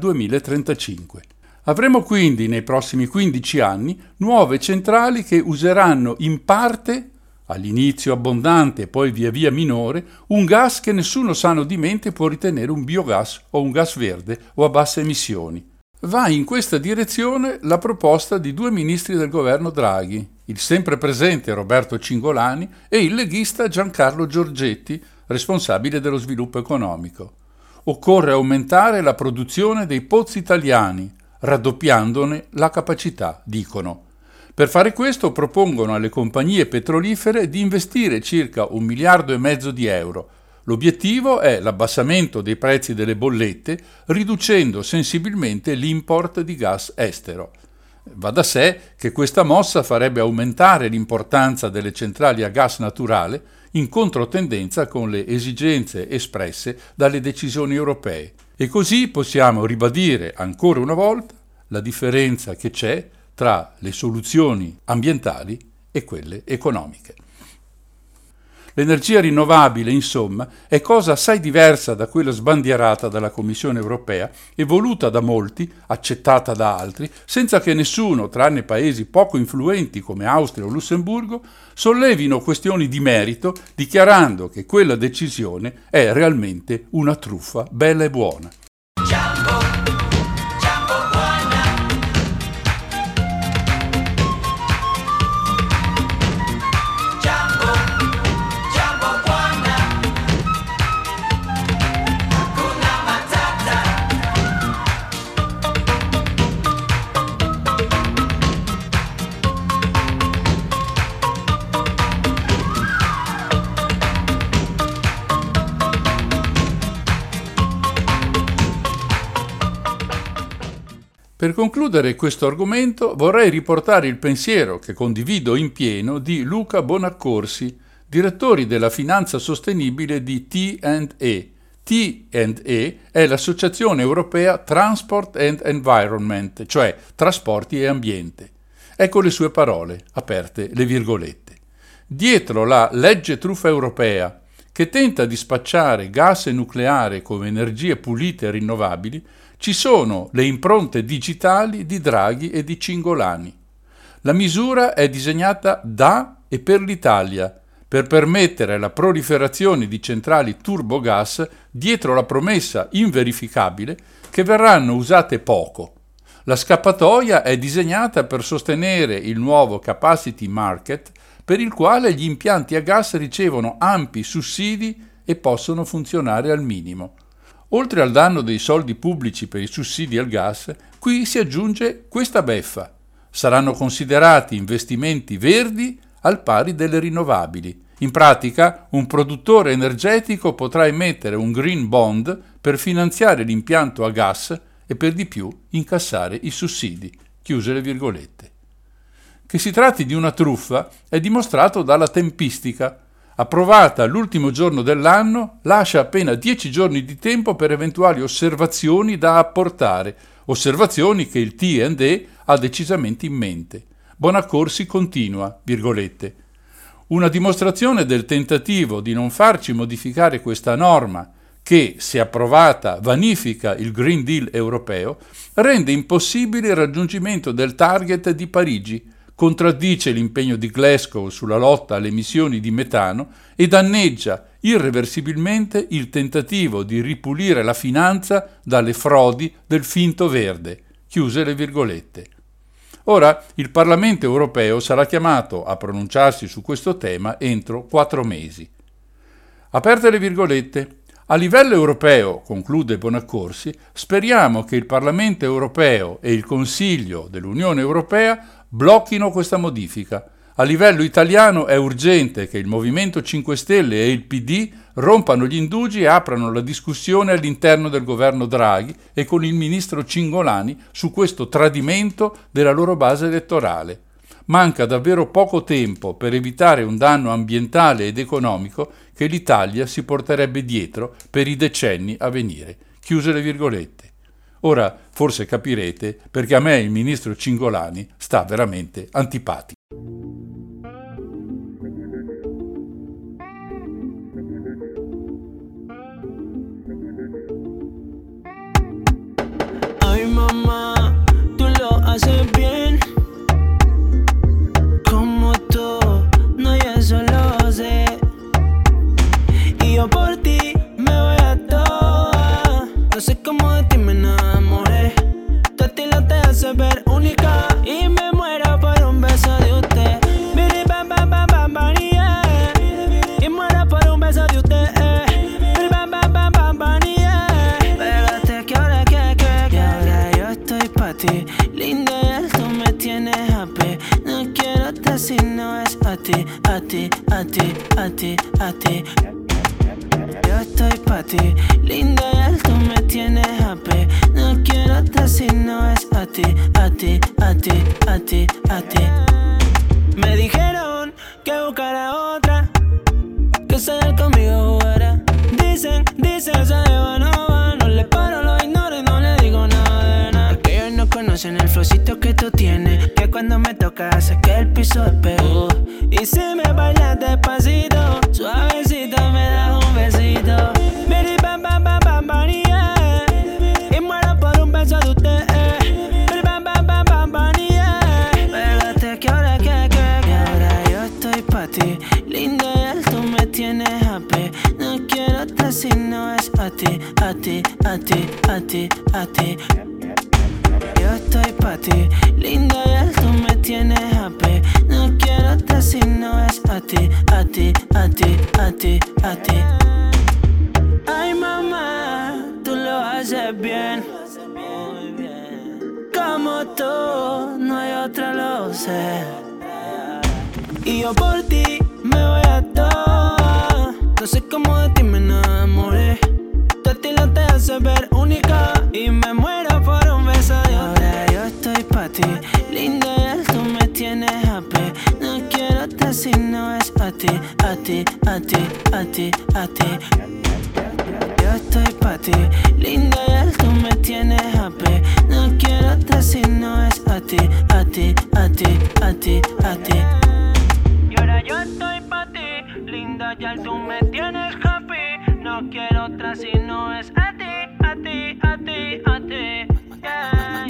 2035. Avremo quindi nei prossimi 15 anni nuove centrali che useranno in parte, all'inizio abbondante e poi via via minore, un gas che nessuno sano di mente può ritenere un biogas o un gas verde o a basse emissioni. Va in questa direzione la proposta di 2 ministri del governo Draghi, il sempre presente Roberto Cingolani e il leghista Giancarlo Giorgetti, responsabile dello sviluppo economico. Occorre aumentare la produzione dei pozzi italiani, raddoppiandone la capacità, dicono. Per fare questo propongono alle compagnie petrolifere di investire circa 1,5 miliardi di euro. L'obiettivo è l'abbassamento dei prezzi delle bollette, riducendo sensibilmente l'import di gas estero. Va da sé che questa mossa farebbe aumentare l'importanza delle centrali a gas naturale, in controtendenza con le esigenze espresse dalle decisioni europee. E così possiamo ribadire ancora una volta la differenza che c'è tra le soluzioni ambientali e quelle economiche. L'energia rinnovabile, insomma, è cosa assai diversa da quella sbandierata dalla Commissione europea e voluta da molti, accettata da altri, senza che nessuno, tranne paesi poco influenti come Austria o Lussemburgo, sollevino questioni di merito, dichiarando che quella decisione è realmente una truffa bella e buona. Per concludere questo argomento vorrei riportare il pensiero, che condivido in pieno, di Luca Bonaccorsi, direttore della finanza sostenibile di T&E. T&E è l'Associazione Europea Transport and Environment, cioè trasporti e ambiente. Ecco le sue parole, aperte le virgolette. Dietro la legge truffa europea, che tenta di spacciare gas e nucleare come energie pulite e rinnovabili, ci sono le impronte digitali di Draghi e di Cingolani. La misura è disegnata da e per l'Italia, per permettere la proliferazione di centrali turbogas dietro la promessa inverificabile che verranno usate poco. La scappatoia è disegnata per sostenere il nuovo capacity market, per il quale gli impianti a gas ricevono ampi sussidi e possono funzionare al minimo. Oltre al danno dei soldi pubblici per i sussidi al gas, qui si aggiunge questa beffa. Saranno considerati investimenti verdi al pari delle rinnovabili. In pratica, un produttore energetico potrà emettere un green bond per finanziare l'impianto a gas e per di più incassare i sussidi. Chiuse le virgolette. Che si tratti di una truffa è dimostrato dalla tempistica. Approvata l'ultimo giorno dell'anno, lascia appena 10 giorni di tempo per eventuali osservazioni da apportare, osservazioni che il T&E ha decisamente in mente. Bonaccorsi continua, virgolette. Una dimostrazione del tentativo di non farci modificare questa norma che, se approvata, vanifica il Green Deal europeo, rende impossibile il raggiungimento del target di Parigi, contraddice l'impegno di Glasgow sulla lotta alle emissioni di metano e danneggia irreversibilmente il tentativo di ripulire la finanza dalle frodi del finto verde. Chiuse le virgolette. Ora il Parlamento europeo sarà chiamato a pronunciarsi su questo tema entro 4 mesi. Aperte le virgolette. A livello europeo, conclude Bonaccorsi, speriamo che il Parlamento europeo e il Consiglio dell'Unione Europea blocchino questa modifica. A livello italiano è urgente che il Movimento 5 Stelle e il PD rompano gli indugi e aprano la discussione all'interno del governo Draghi e con il ministro Cingolani su questo tradimento della loro base elettorale. Manca davvero poco tempo per evitare un danno ambientale ed economico che l'Italia si porterebbe dietro per i decenni a venire. Chiuse le virgolette. Ora forse capirete perché a me il ministro Cingolani sta veramente antipatico. Ay mamá, tú lo haces bien. Como tú, no, yo eso lo sé. Y yo por ti me voy a toa. No sé cómo de ti me enamoré. Tu estilo te hace ver única y me muero por un beso de usted. Biri bam bam bam bam bam, yeah. Y muero por un beso de usted. Biri bam bam bam bam bam, yeah. Pégate que ahora yo estoy pa' ti. Lindo y alto me tienes happy. No quiero decir no es a ti, a ti, a ti, a ti, a ti. Yo estoy pa' ti, lindo y alto me tienes happy. No quiero decir no es a ti, a ti, a ti, a ti, a ti. Me dijeron que buscara otra, que soñar conmigo jugara. Dicen, esa jeva no va. No le paro, lo ignoro y no le digo nada de nada. Porque ellos no conocen el flowcito que tú tienes, que cuando me toca hace que el piso despegue. Y si me bailas despacito, suave quiero otra si no es a ti, a ti, a ti, a ti, a ti. Yo estoy pa' ti, linda y tú me tienes happy. No quiero otra si no es a ti, a ti, a ti, a ti, a ti. Ay mamá, tú lo haces bien. Como tú, no hay otra, lo sé. Y yo por ti me voy a todo. No sé cómo de ti me enamoré. Tu estilo te hace ver única y me muero por un beso de ahora. Yo estoy pa' ti, linda y tú me tienes happy. No quiero otra si no es a ti, a ti, a ti, a ti, a ti. Yo estoy pa' ti, linda y tú me tienes happy. No quiero otra si no es a ti, a ti, a ti, a ti, a ti. Y ahora yo estoy pa' ti, linda y tú me tienes happy. No quiero otra si no es a ti, a ti, a ti, a ti. Yeah.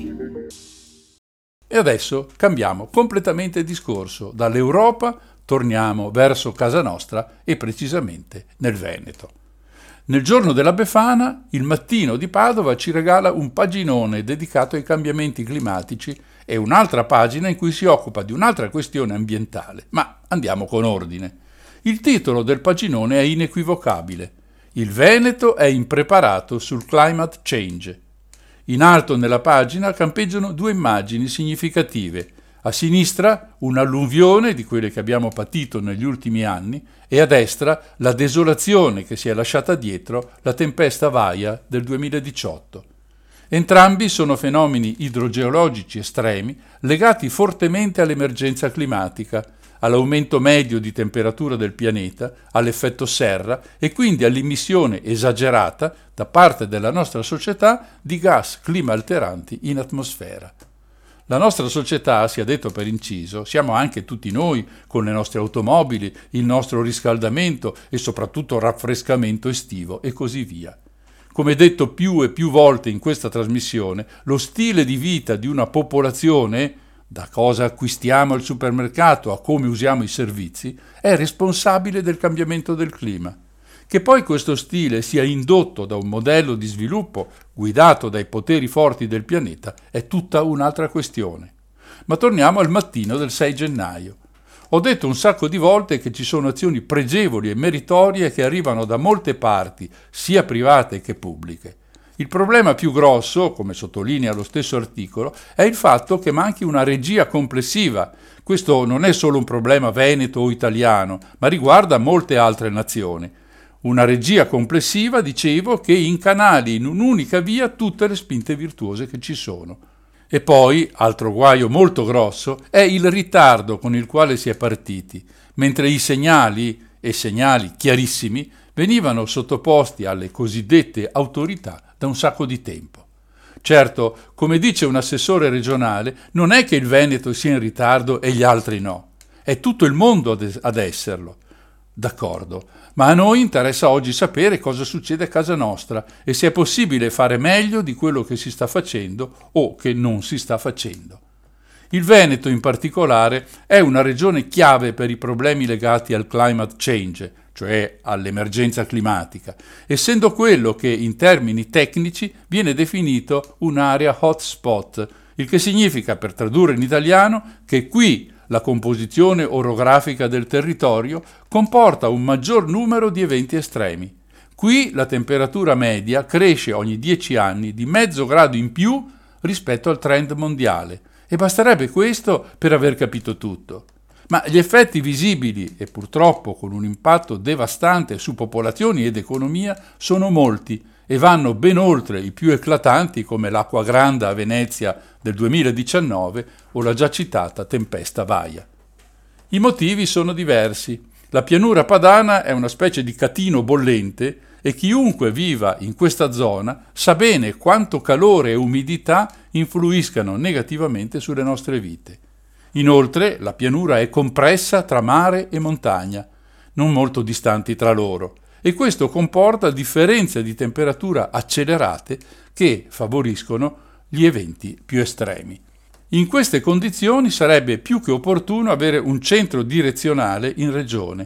E adesso cambiamo completamente discorso. Dall'Europa torniamo verso casa nostra e precisamente nel Veneto. Nel giorno della Befana, il Mattino di Padova ci regala un paginone dedicato ai cambiamenti climatici e un'altra pagina in cui si occupa di un'altra questione ambientale. Ma andiamo con ordine. Il titolo del paginone è inequivocabile. Il Veneto è impreparato sul climate change. In alto nella pagina campeggiano due immagini significative. A sinistra un'alluvione di quelle che abbiamo patito negli ultimi anni e a destra la desolazione che si è lasciata dietro la tempesta Vaia del 2018. Entrambi sono fenomeni idrogeologici estremi legati fortemente all'emergenza climatica, all'aumento medio di temperatura del pianeta, all'effetto serra e quindi all'immissione esagerata da parte della nostra società di gas climalteranti in atmosfera. La nostra società, sia detto per inciso, siamo anche tutti noi con le nostre automobili, il nostro riscaldamento e soprattutto raffrescamento estivo e così via. Come detto più e più volte in questa trasmissione, lo stile di vita di una popolazione, da cosa acquistiamo al supermercato a come usiamo i servizi, è responsabile del cambiamento del clima. Che poi questo stile sia indotto da un modello di sviluppo guidato dai poteri forti del pianeta è tutta un'altra questione. Ma torniamo al mattino del 6 gennaio. Ho detto un sacco di volte che ci sono azioni pregevoli e meritorie che arrivano da molte parti, sia private che pubbliche. Il problema più grosso, come sottolinea lo stesso articolo, è il fatto che manchi una regia complessiva. Questo non è solo un problema veneto o italiano, ma riguarda molte altre nazioni. Una regia complessiva, dicevo, che incanali in un'unica via tutte le spinte virtuose che ci sono. E poi, altro guaio molto grosso, è il ritardo con il quale si è partiti, mentre i segnali, e segnali chiarissimi, venivano sottoposti alle cosiddette autorità da un sacco di tempo. Certo, come dice un assessore regionale, non è che il Veneto sia in ritardo e gli altri no, è tutto il mondo ad esserlo. D'accordo, ma a noi interessa oggi sapere cosa succede a casa nostra e se è possibile fare meglio di quello che si sta facendo o che non si sta facendo. Il Veneto in particolare è una regione chiave per i problemi legati al climate change, cioè all'emergenza climatica, essendo quello che in termini tecnici viene definito un'area hotspot, il che significa, per tradurre in italiano, che qui la composizione orografica del territorio comporta un maggior numero di eventi estremi. Qui la temperatura media cresce ogni 10 anni di mezzo grado in più rispetto al trend mondiale, e basterebbe questo per aver capito tutto. Ma gli effetti visibili, e purtroppo con un impatto devastante su popolazioni ed economia, sono molti e vanno ben oltre i più eclatanti come l'acqua granda a Venezia del 2019 o la già citata tempesta Vaia. I motivi sono diversi. La pianura padana è una specie di catino bollente e chiunque viva in questa zona sa bene quanto calore e umidità influiscano negativamente sulle nostre vite. Inoltre la pianura è compressa tra mare e montagna, non molto distanti tra loro, e questo comporta differenze di temperatura accelerate che favoriscono gli eventi più estremi. In queste condizioni sarebbe più che opportuno avere un centro direzionale in regione,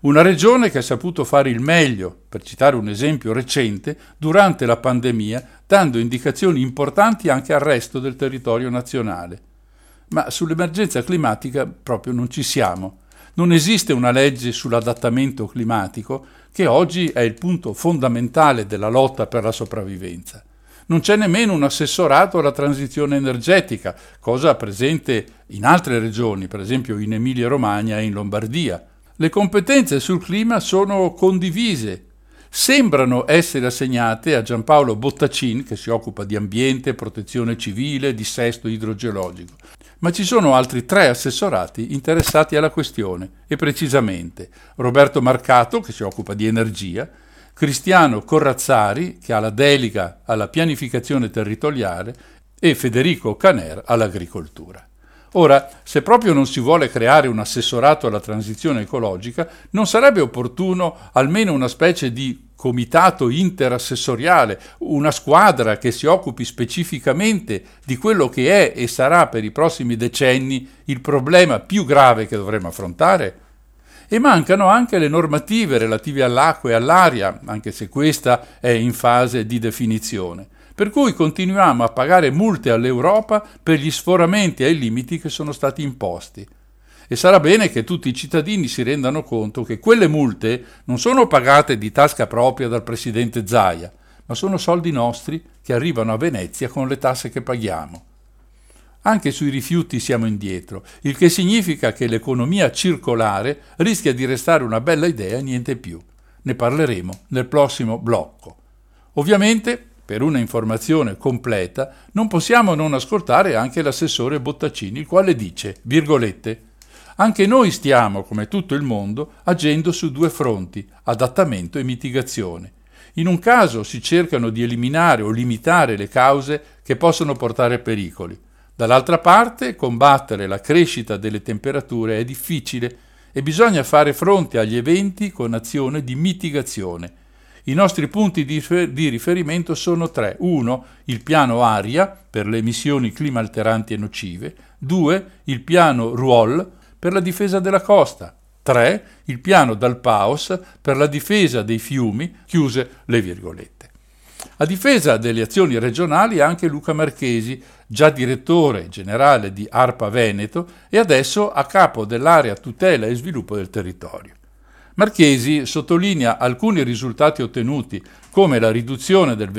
Una regione che ha saputo fare il meglio, per citare un esempio recente, durante la pandemia, dando indicazioni importanti anche al resto del territorio nazionale. Ma sull'emergenza climatica proprio non ci siamo. Non esiste una legge sull'adattamento climatico, che oggi è il punto fondamentale della lotta per la sopravvivenza. Non c'è nemmeno un assessorato alla transizione energetica, cosa presente in altre regioni, per esempio in Emilia-Romagna e in Lombardia. Le competenze sul clima sono condivise. Sembrano essere assegnate a Giampaolo Bottacin, che si occupa di ambiente, protezione civile, dissesto idrogeologico. Ma ci sono altri 3 assessorati interessati alla questione, e precisamente Roberto Marcato, che si occupa di energia, Cristiano Corrazzari, che ha la delega alla pianificazione territoriale, e Federico Caner all'agricoltura. Ora, se proprio non si vuole creare un assessorato alla transizione ecologica, non sarebbe opportuno almeno una specie di comitato interassessoriale, una squadra che si occupi specificamente di quello che è e sarà per i prossimi decenni il problema più grave che dovremo affrontare? E mancano anche le normative relative all'acqua e all'aria, anche se questa è in fase di definizione. Per cui continuiamo a pagare multe all'Europa per gli sforamenti ai limiti che sono stati imposti. E sarà bene che tutti i cittadini si rendano conto che quelle multe non sono pagate di tasca propria dal presidente Zaia, ma sono soldi nostri che arrivano a Venezia con le tasse che paghiamo. Anche sui rifiuti siamo indietro, il che significa che l'economia circolare rischia di restare una bella idea e niente più. Ne parleremo nel prossimo blocco. Ovviamente, per una informazione completa, non possiamo non ascoltare anche l'assessore Bottacini, il quale dice, virgolette, «Anche noi stiamo, come tutto il mondo, agendo su 2 fronti, adattamento e mitigazione. In un caso si cercano di eliminare o limitare le cause che possono portare pericoli. Dall'altra parte, combattere la crescita delle temperature è difficile e bisogna fare fronte agli eventi con azione di mitigazione. I nostri punti di riferimento sono 3. 1. Il piano aria per le emissioni climalteranti e nocive. 2. Il piano RUOL per la difesa della costa. 3. Il piano Dalpaos per la difesa dei fiumi, chiuse le virgolette. A difesa delle azioni regionali anche Luca Marchesi, già direttore generale di ARPA Veneto e adesso a capo dell'area tutela e sviluppo del territorio. Marchesi sottolinea alcuni risultati ottenuti, come la riduzione del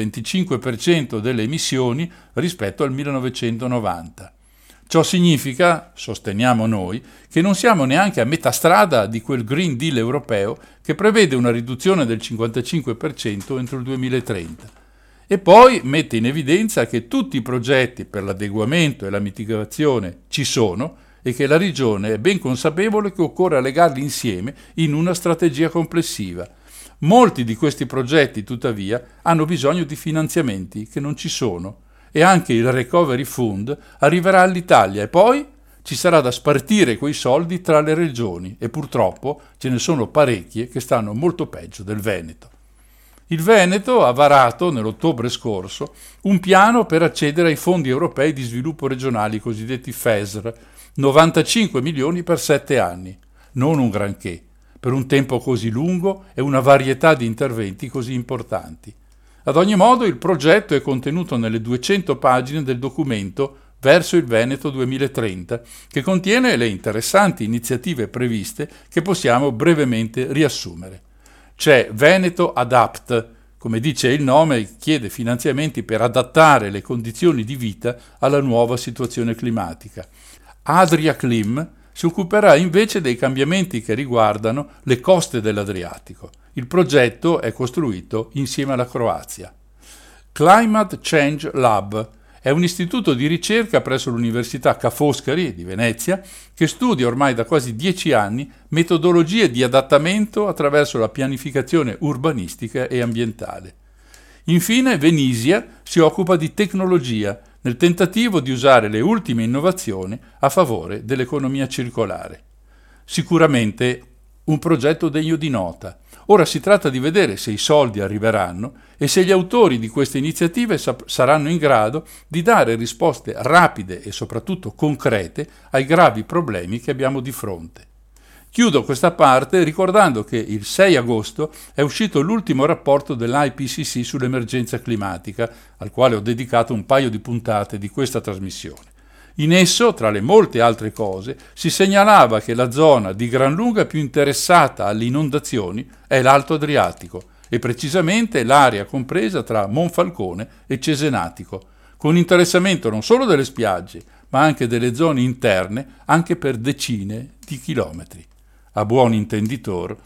25% delle emissioni rispetto al 1990. Ciò significa, sosteniamo noi, che non siamo neanche a metà strada di quel Green Deal europeo che prevede una riduzione del 55% entro il 2030. E poi mette in evidenza che tutti i progetti per l'adeguamento e la mitigazione ci sono e che la Regione è ben consapevole che occorre legarli insieme in una strategia complessiva. Molti di questi progetti, tuttavia, hanno bisogno di finanziamenti che non ci sono e anche il Recovery Fund arriverà all'Italia e poi ci sarà da spartire quei soldi tra le regioni e purtroppo ce ne sono parecchie che stanno molto peggio del Veneto. Il Veneto ha varato nell'ottobre scorso un piano per accedere ai fondi europei di sviluppo regionali, cosiddetti FESR, 95 milioni per 7 anni, non un granché, per un tempo così lungo e una varietà di interventi così importanti. Ad ogni modo il progetto è contenuto nelle 200 pagine del documento Verso il Veneto 2030, che contiene le interessanti iniziative previste che possiamo brevemente riassumere. C'è Veneto Adapt, come dice il nome, chiede finanziamenti per adattare le condizioni di vita alla nuova situazione climatica. Adria Clim si occuperà invece dei cambiamenti che riguardano le coste dell'Adriatico. Il progetto è costruito insieme alla Croazia. Climate Change Lab è un istituto di ricerca presso l'Università Ca' Foscari di Venezia che studia ormai da quasi 10 anni metodologie di adattamento attraverso la pianificazione urbanistica e ambientale. Infine, Venisia si occupa di tecnologia nel tentativo di usare le ultime innovazioni a favore dell'economia circolare. Sicuramente un progetto degno di nota. Ora si tratta di vedere se i soldi arriveranno e se gli autori di queste iniziative saranno in grado di dare risposte rapide e soprattutto concrete ai gravi problemi che abbiamo di fronte. Chiudo questa parte ricordando che il 6 agosto è uscito l'ultimo rapporto dell'IPCC sull'emergenza climatica, al quale ho dedicato un paio di puntate di questa trasmissione. In esso, tra le molte altre cose, si segnalava che la zona di gran lunga più interessata alle inondazioni è l'Alto Adriatico, e precisamente l'area compresa tra Monfalcone e Cesenatico, con interessamento non solo delle spiagge, ma anche delle zone interne, anche per decine di chilometri. A buon intenditor.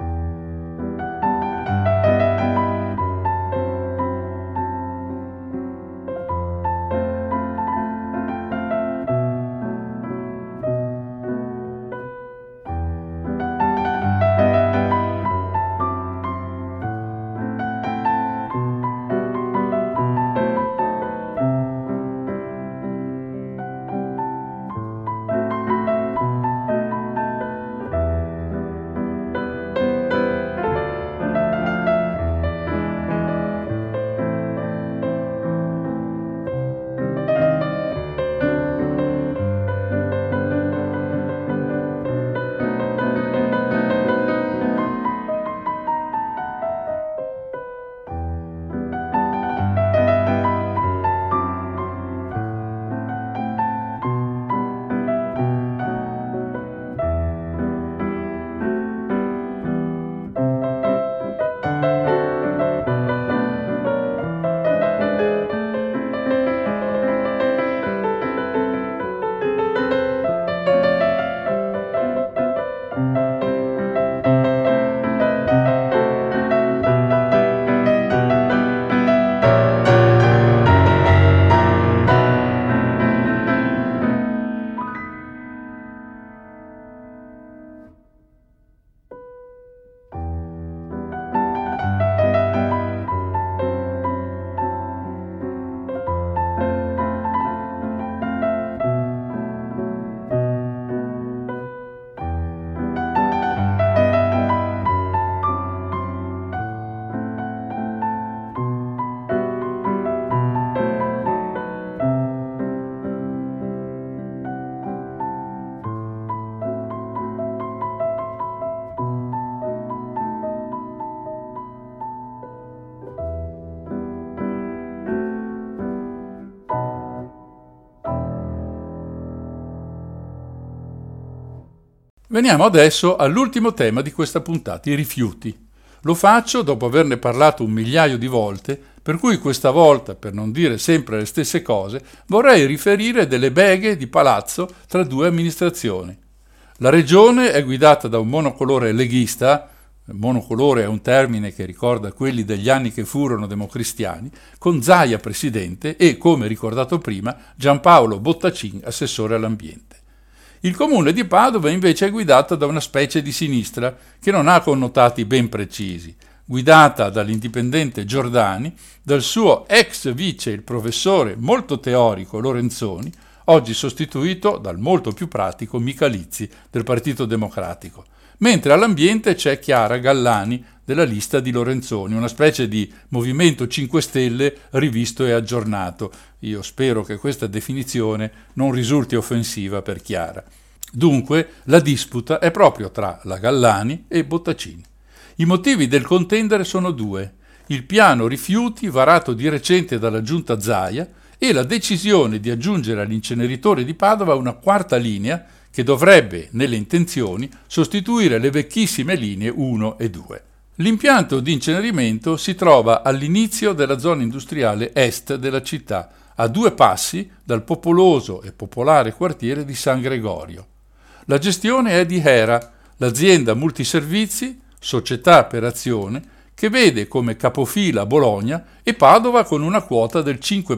Veniamo adesso all'ultimo tema di questa puntata, i rifiuti. Lo faccio dopo averne parlato 1 migliaio di volte, per cui questa volta, per non dire sempre le stesse cose, vorrei riferire delle beghe di palazzo tra 2 amministrazioni. La regione è guidata da un monocolore leghista, monocolore è un termine che ricorda quelli degli anni che furono democristiani, con Zaia presidente e, come ricordato prima, Giampaolo Bottacin assessore all'ambiente. Il comune di Padova invece è guidato da una specie di sinistra che non ha connotati ben precisi, guidata dall'indipendente Giordani, dal suo ex vice, il professore molto teorico Lorenzoni, oggi sostituito dal molto più pratico Michalizzi del Partito Democratico, mentre all'ambiente c'è Chiara Gallani della lista di Lorenzoni, una specie di Movimento 5 Stelle rivisto e aggiornato. Io spero che questa definizione non risulti offensiva per Chiara. Dunque, la disputa è proprio tra la Gallani e Bottacin. I motivi del contendere sono 2: il piano rifiuti varato di recente dalla giunta Zaia e la decisione di aggiungere all'inceneritore di Padova una 4ª linea che dovrebbe, nelle intenzioni, sostituire le vecchissime linee 1 e 2. L'impianto di incenerimento si trova all'inizio della zona industriale est della città, a 2 passi dal popoloso e popolare quartiere di San Gregorio. La gestione è di Hera, l'azienda multiservizi, società per azione, che vede come capofila Bologna e Padova con una quota del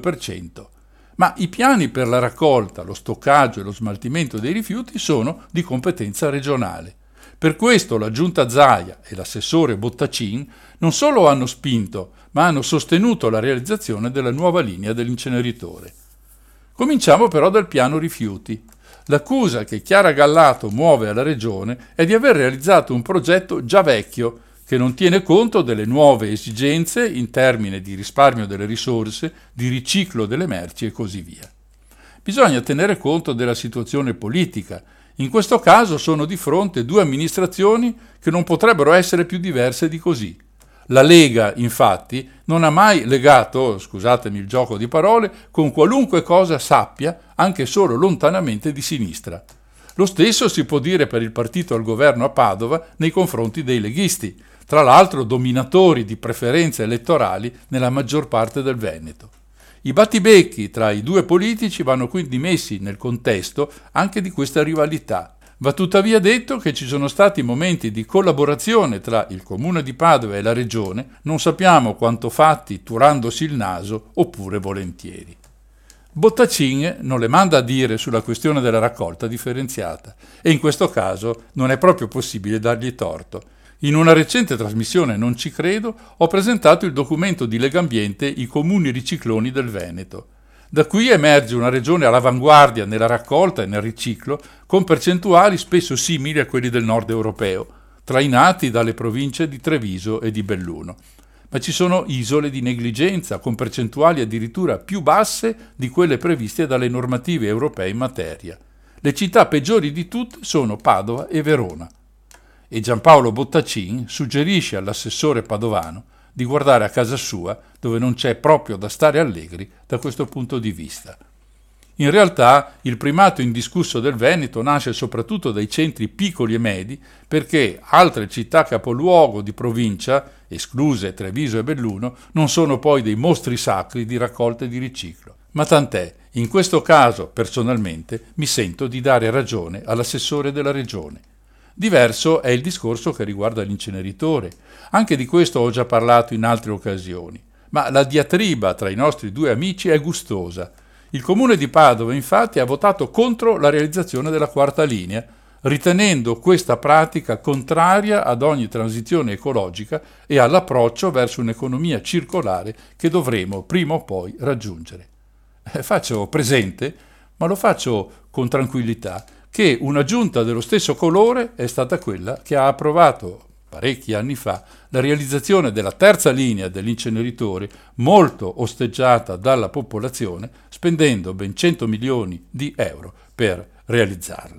5%. Ma i piani per la raccolta, lo stoccaggio e lo smaltimento dei rifiuti sono di competenza regionale. Per questo la giunta Zaia e l'assessore Bottacin non solo hanno spinto, ma hanno sostenuto la realizzazione della nuova linea dell'inceneritore. Cominciamo però dal piano rifiuti. L'accusa che Chiara Gallato muove alla regione è di aver realizzato un progetto già vecchio, che non tiene conto delle nuove esigenze in termini di risparmio delle risorse, di riciclo delle merci e così via. Bisogna tenere conto della situazione politica. In questo caso sono di fronte due amministrazioni che non potrebbero essere più diverse di così. La Lega, infatti, non ha mai legato, scusatemi il gioco di parole, con qualunque cosa sappia, anche solo lontanamente di sinistra. Lo stesso si può dire per il partito al governo a Padova nei confronti dei leghisti, tra l'altro dominatori di preferenze elettorali nella maggior parte del Veneto. I battibecchi tra i due politici vanno quindi messi nel contesto anche di questa rivalità. Va tuttavia detto che ci sono stati momenti di collaborazione tra il comune di Padova e la regione, non sappiamo quanto fatti turandosi il naso oppure volentieri. Bottacin non le manda a dire sulla questione della raccolta differenziata e in questo caso non è proprio possibile dargli torto. In una recente trasmissione Non ci credo ho presentato il documento di Legambiente I comuni ricicloni del Veneto. Da qui emerge una regione all'avanguardia nella raccolta e nel riciclo con percentuali spesso simili a quelli del nord europeo, trainati dalle province di Treviso e di Belluno. Ma ci sono isole di negligenza con percentuali addirittura più basse di quelle previste dalle normative europee in materia. Le città peggiori di tutte sono Padova e Verona. E Giampaolo Bottacin suggerisce all'assessore padovano di guardare a casa sua, dove non c'è proprio da stare allegri da questo punto di vista. In realtà il primato indiscusso del Veneto nasce soprattutto dai centri piccoli e medi, perché altre città capoluogo di provincia, escluse Treviso e Belluno, non sono poi dei mostri sacri di raccolta e di riciclo. Ma tant'è, in questo caso, personalmente, mi sento di dare ragione all'assessore della regione. Diverso è il discorso che riguarda l'inceneritore. Anche di questo ho già parlato in altre occasioni. Ma la diatriba tra i nostri due amici è gustosa. Il comune di Padova, infatti, ha votato contro la realizzazione della quarta linea, ritenendo questa pratica contraria ad ogni transizione ecologica e all'approccio verso un'economia circolare che dovremo prima o poi raggiungere. Faccio presente, ma lo faccio con tranquillità, che una giunta dello stesso colore è stata quella che ha approvato parecchi anni fa la realizzazione della terza linea dell'inceneritore, molto osteggiata dalla popolazione, spendendo ben 100 milioni di euro per realizzarla.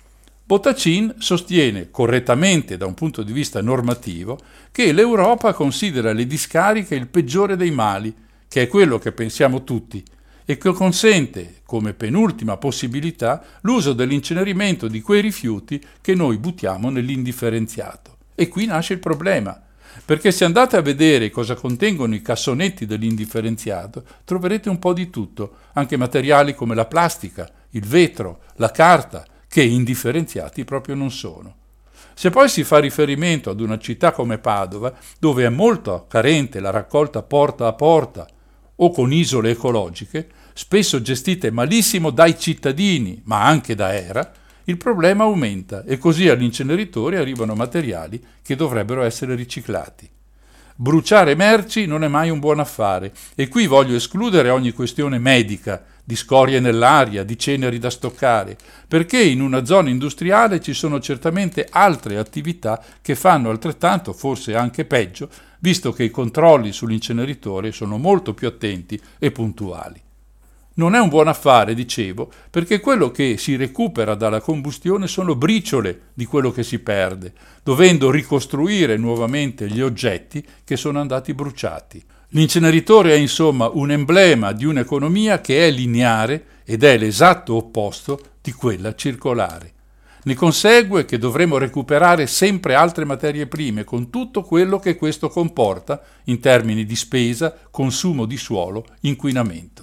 Bottacin sostiene correttamente da un punto di vista normativo che l'Europa considera le discariche il peggiore dei mali, che è quello che pensiamo tutti, e che consente, come penultima possibilità, l'uso dell'incenerimento di quei rifiuti che noi buttiamo nell'indifferenziato. E qui nasce il problema, perché se andate a vedere cosa contengono i cassonetti dell'indifferenziato, troverete un po' di tutto, anche materiali come la plastica, il vetro, la carta, che indifferenziati proprio non sono. Se poi si fa riferimento ad una città come Padova, dove è molto carente la raccolta porta a porta o con isole ecologiche, spesso gestite malissimo dai cittadini, ma anche da Era, il problema aumenta e così all'inceneritore arrivano materiali che dovrebbero essere riciclati. Bruciare merci non è mai un buon affare e qui voglio escludere ogni questione medica, di scorie nell'aria, di ceneri da stoccare, perché in una zona industriale ci sono certamente altre attività che fanno altrettanto, forse anche peggio, visto che i controlli sull'inceneritore sono molto più attenti e puntuali. Non è un buon affare, dicevo, perché quello che si recupera dalla combustione sono briciole di quello che si perde, dovendo ricostruire nuovamente gli oggetti che sono andati bruciati. L'inceneritore è insomma un emblema di un'economia che è lineare ed è l'esatto opposto di quella circolare. Ne consegue che dovremo recuperare sempre altre materie prime con tutto quello che questo comporta in termini di spesa, consumo di suolo, inquinamento.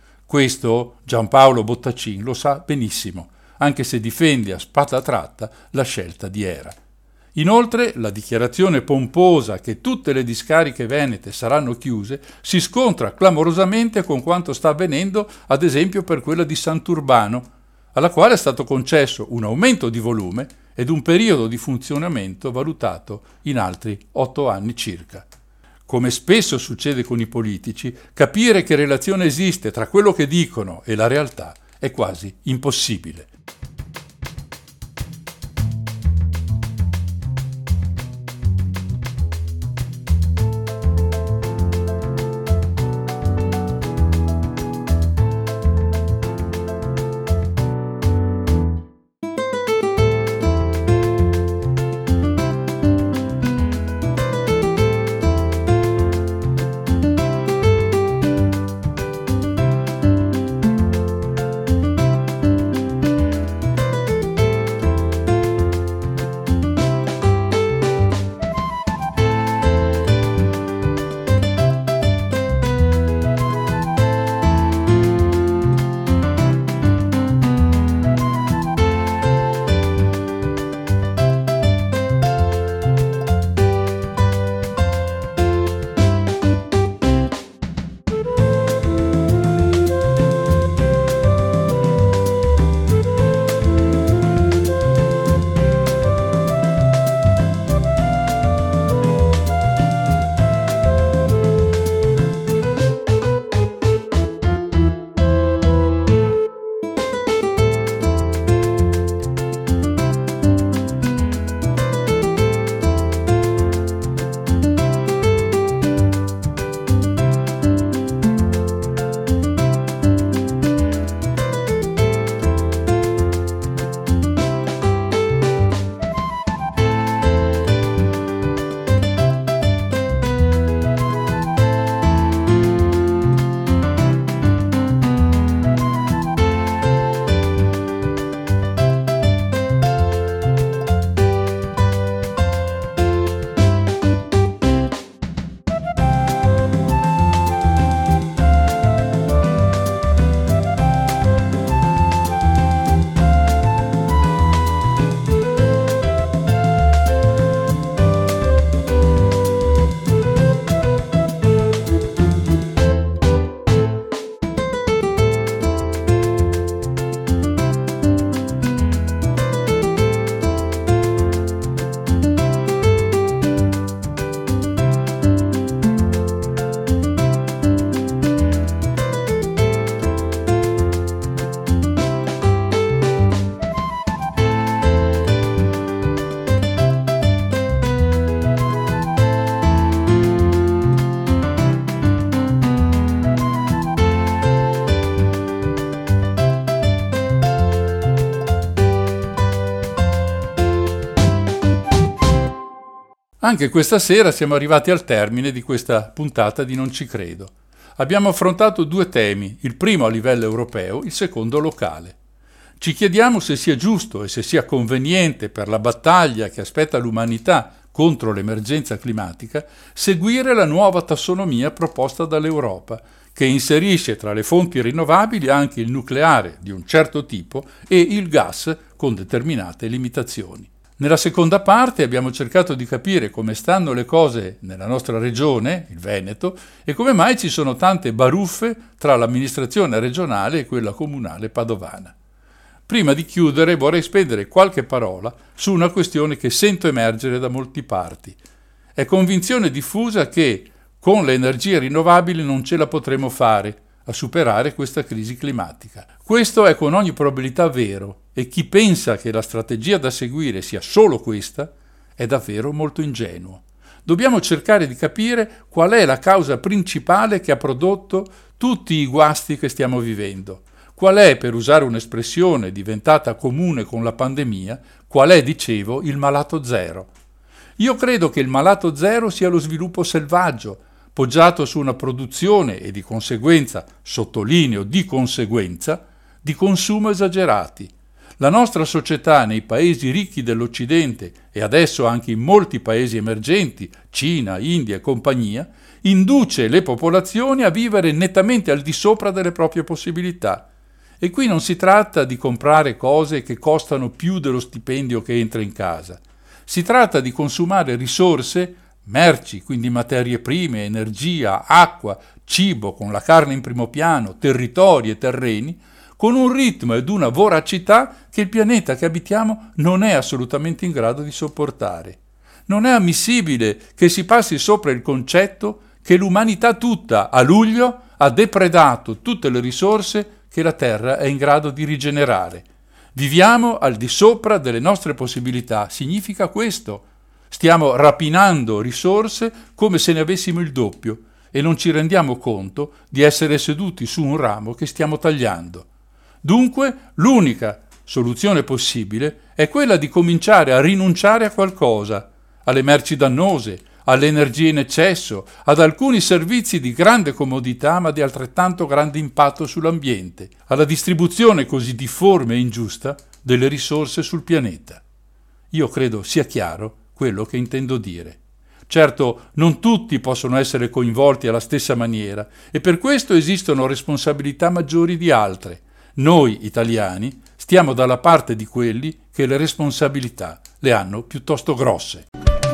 Questo Giampaolo Bottacin lo sa benissimo, anche se difende a spada tratta la scelta di Era. Inoltre, la dichiarazione pomposa che tutte le discariche venete saranno chiuse si scontra clamorosamente con quanto sta avvenendo, ad esempio per quella di Sant'Urbano, alla quale è stato concesso un aumento di volume ed un periodo di funzionamento valutato in altri 8 anni circa. Come spesso succede con i politici, capire che relazione esiste tra quello che dicono e la realtà è quasi impossibile. Anche questa sera siamo arrivati al termine di questa puntata di Non ci credo. Abbiamo affrontato 2 temi, il primo a livello europeo, il secondo locale. Ci chiediamo se sia giusto e se sia conveniente per la battaglia che aspetta l'umanità contro l'emergenza climatica seguire la nuova tassonomia proposta dall'Europa, che inserisce tra le fonti rinnovabili anche il nucleare di un certo tipo e il gas con determinate limitazioni. Nella seconda parte abbiamo cercato di capire come stanno le cose nella nostra regione, il Veneto, e come mai ci sono tante baruffe tra l'amministrazione regionale e quella comunale padovana. Prima di chiudere vorrei spendere qualche parola su una questione che sento emergere da molte parti. È convinzione diffusa che con le energie rinnovabili non ce la potremo fare a superare questa crisi climatica. Questo è con ogni probabilità vero e chi pensa che la strategia da seguire sia solo questa è davvero molto ingenuo. Dobbiamo cercare di capire qual è la causa principale che ha prodotto tutti i guasti che stiamo vivendo. Qual è, per usare un'espressione diventata comune con la pandemia, qual è, dicevo, il malato zero? Io credo che il malato zero sia lo sviluppo selvaggio, poggiato su una produzione e di conseguenza, sottolineo di conseguenza, di consumo esagerati. La nostra società nei paesi ricchi dell'Occidente e adesso anche in molti paesi emergenti, Cina, India e compagnia, induce le popolazioni a vivere nettamente al di sopra delle proprie possibilità. E qui non si tratta di comprare cose che costano più dello stipendio che entra in casa. Si tratta di consumare risorse, merci, quindi materie prime, energia, acqua, cibo, con la carne in primo piano, territori e terreni, con un ritmo ed una voracità che il pianeta che abitiamo non è assolutamente in grado di sopportare. Non è ammissibile che si passi sopra il concetto che l'umanità tutta a luglio ha depredato tutte le risorse che la Terra è in grado di rigenerare. Viviamo al di sopra delle nostre possibilità. Significa questo. Stiamo rapinando risorse come se ne avessimo il doppio e non ci rendiamo conto di essere seduti su un ramo che stiamo tagliando. Dunque, l'unica soluzione possibile è quella di cominciare a rinunciare a qualcosa, alle merci dannose, alle energie in eccesso, ad alcuni servizi di grande comodità ma di altrettanto grande impatto sull'ambiente, alla distribuzione così difforme e ingiusta delle risorse sul pianeta. Io credo sia chiaro quello che intendo dire. Certo, non tutti possono essere coinvolti alla stessa maniera e per questo esistono responsabilità maggiori di altre. Noi, italiani, stiamo dalla parte di quelli che le responsabilità le hanno piuttosto grosse.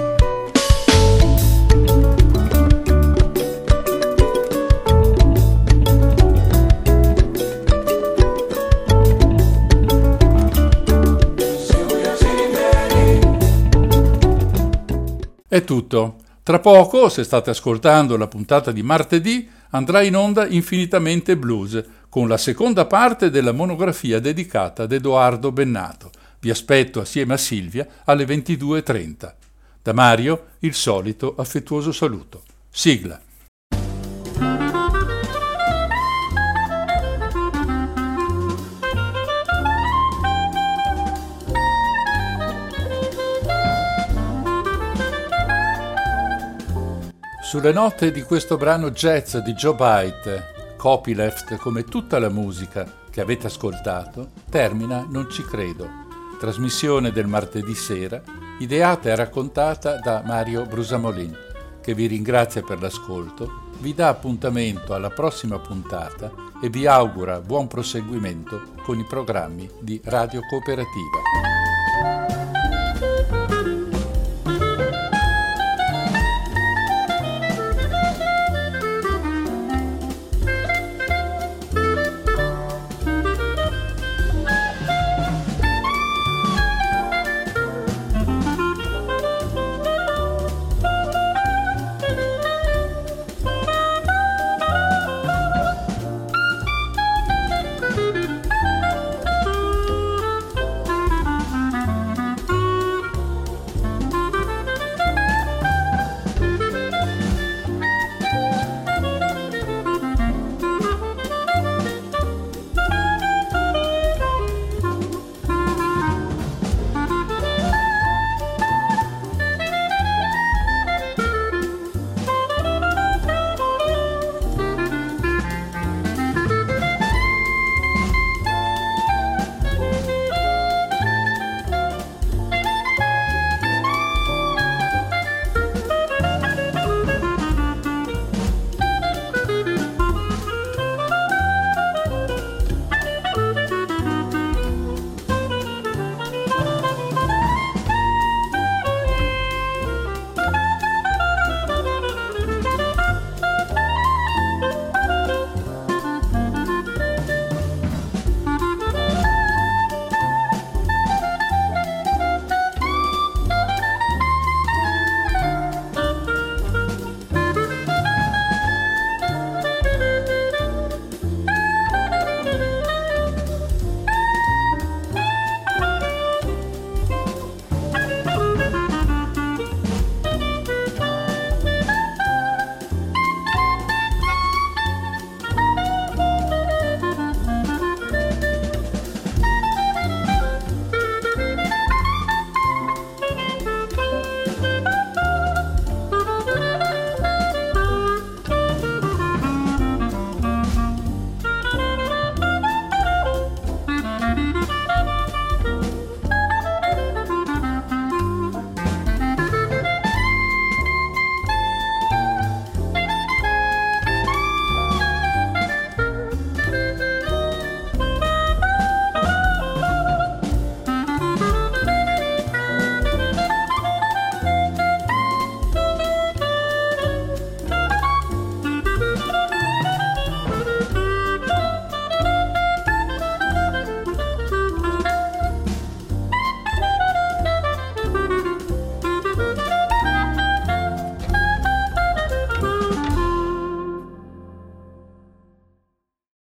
È tutto. Tra poco, se state ascoltando la puntata di martedì, andrà in onda Infinitamente Blues, con la seconda parte della monografia dedicata ad Edoardo Bennato. Vi aspetto assieme a Silvia alle 22:30. Da Mario, il solito affettuoso saluto. Sigla. Sulle note di questo brano jazz di Joe Byte, copyleft come tutta la musica che avete ascoltato, termina Non ci credo, trasmissione del martedì sera, ideata e raccontata da Mario Brusamolin, che vi ringrazia per l'ascolto, vi dà appuntamento alla prossima puntata e vi augura buon proseguimento con i programmi di Radio Cooperativa.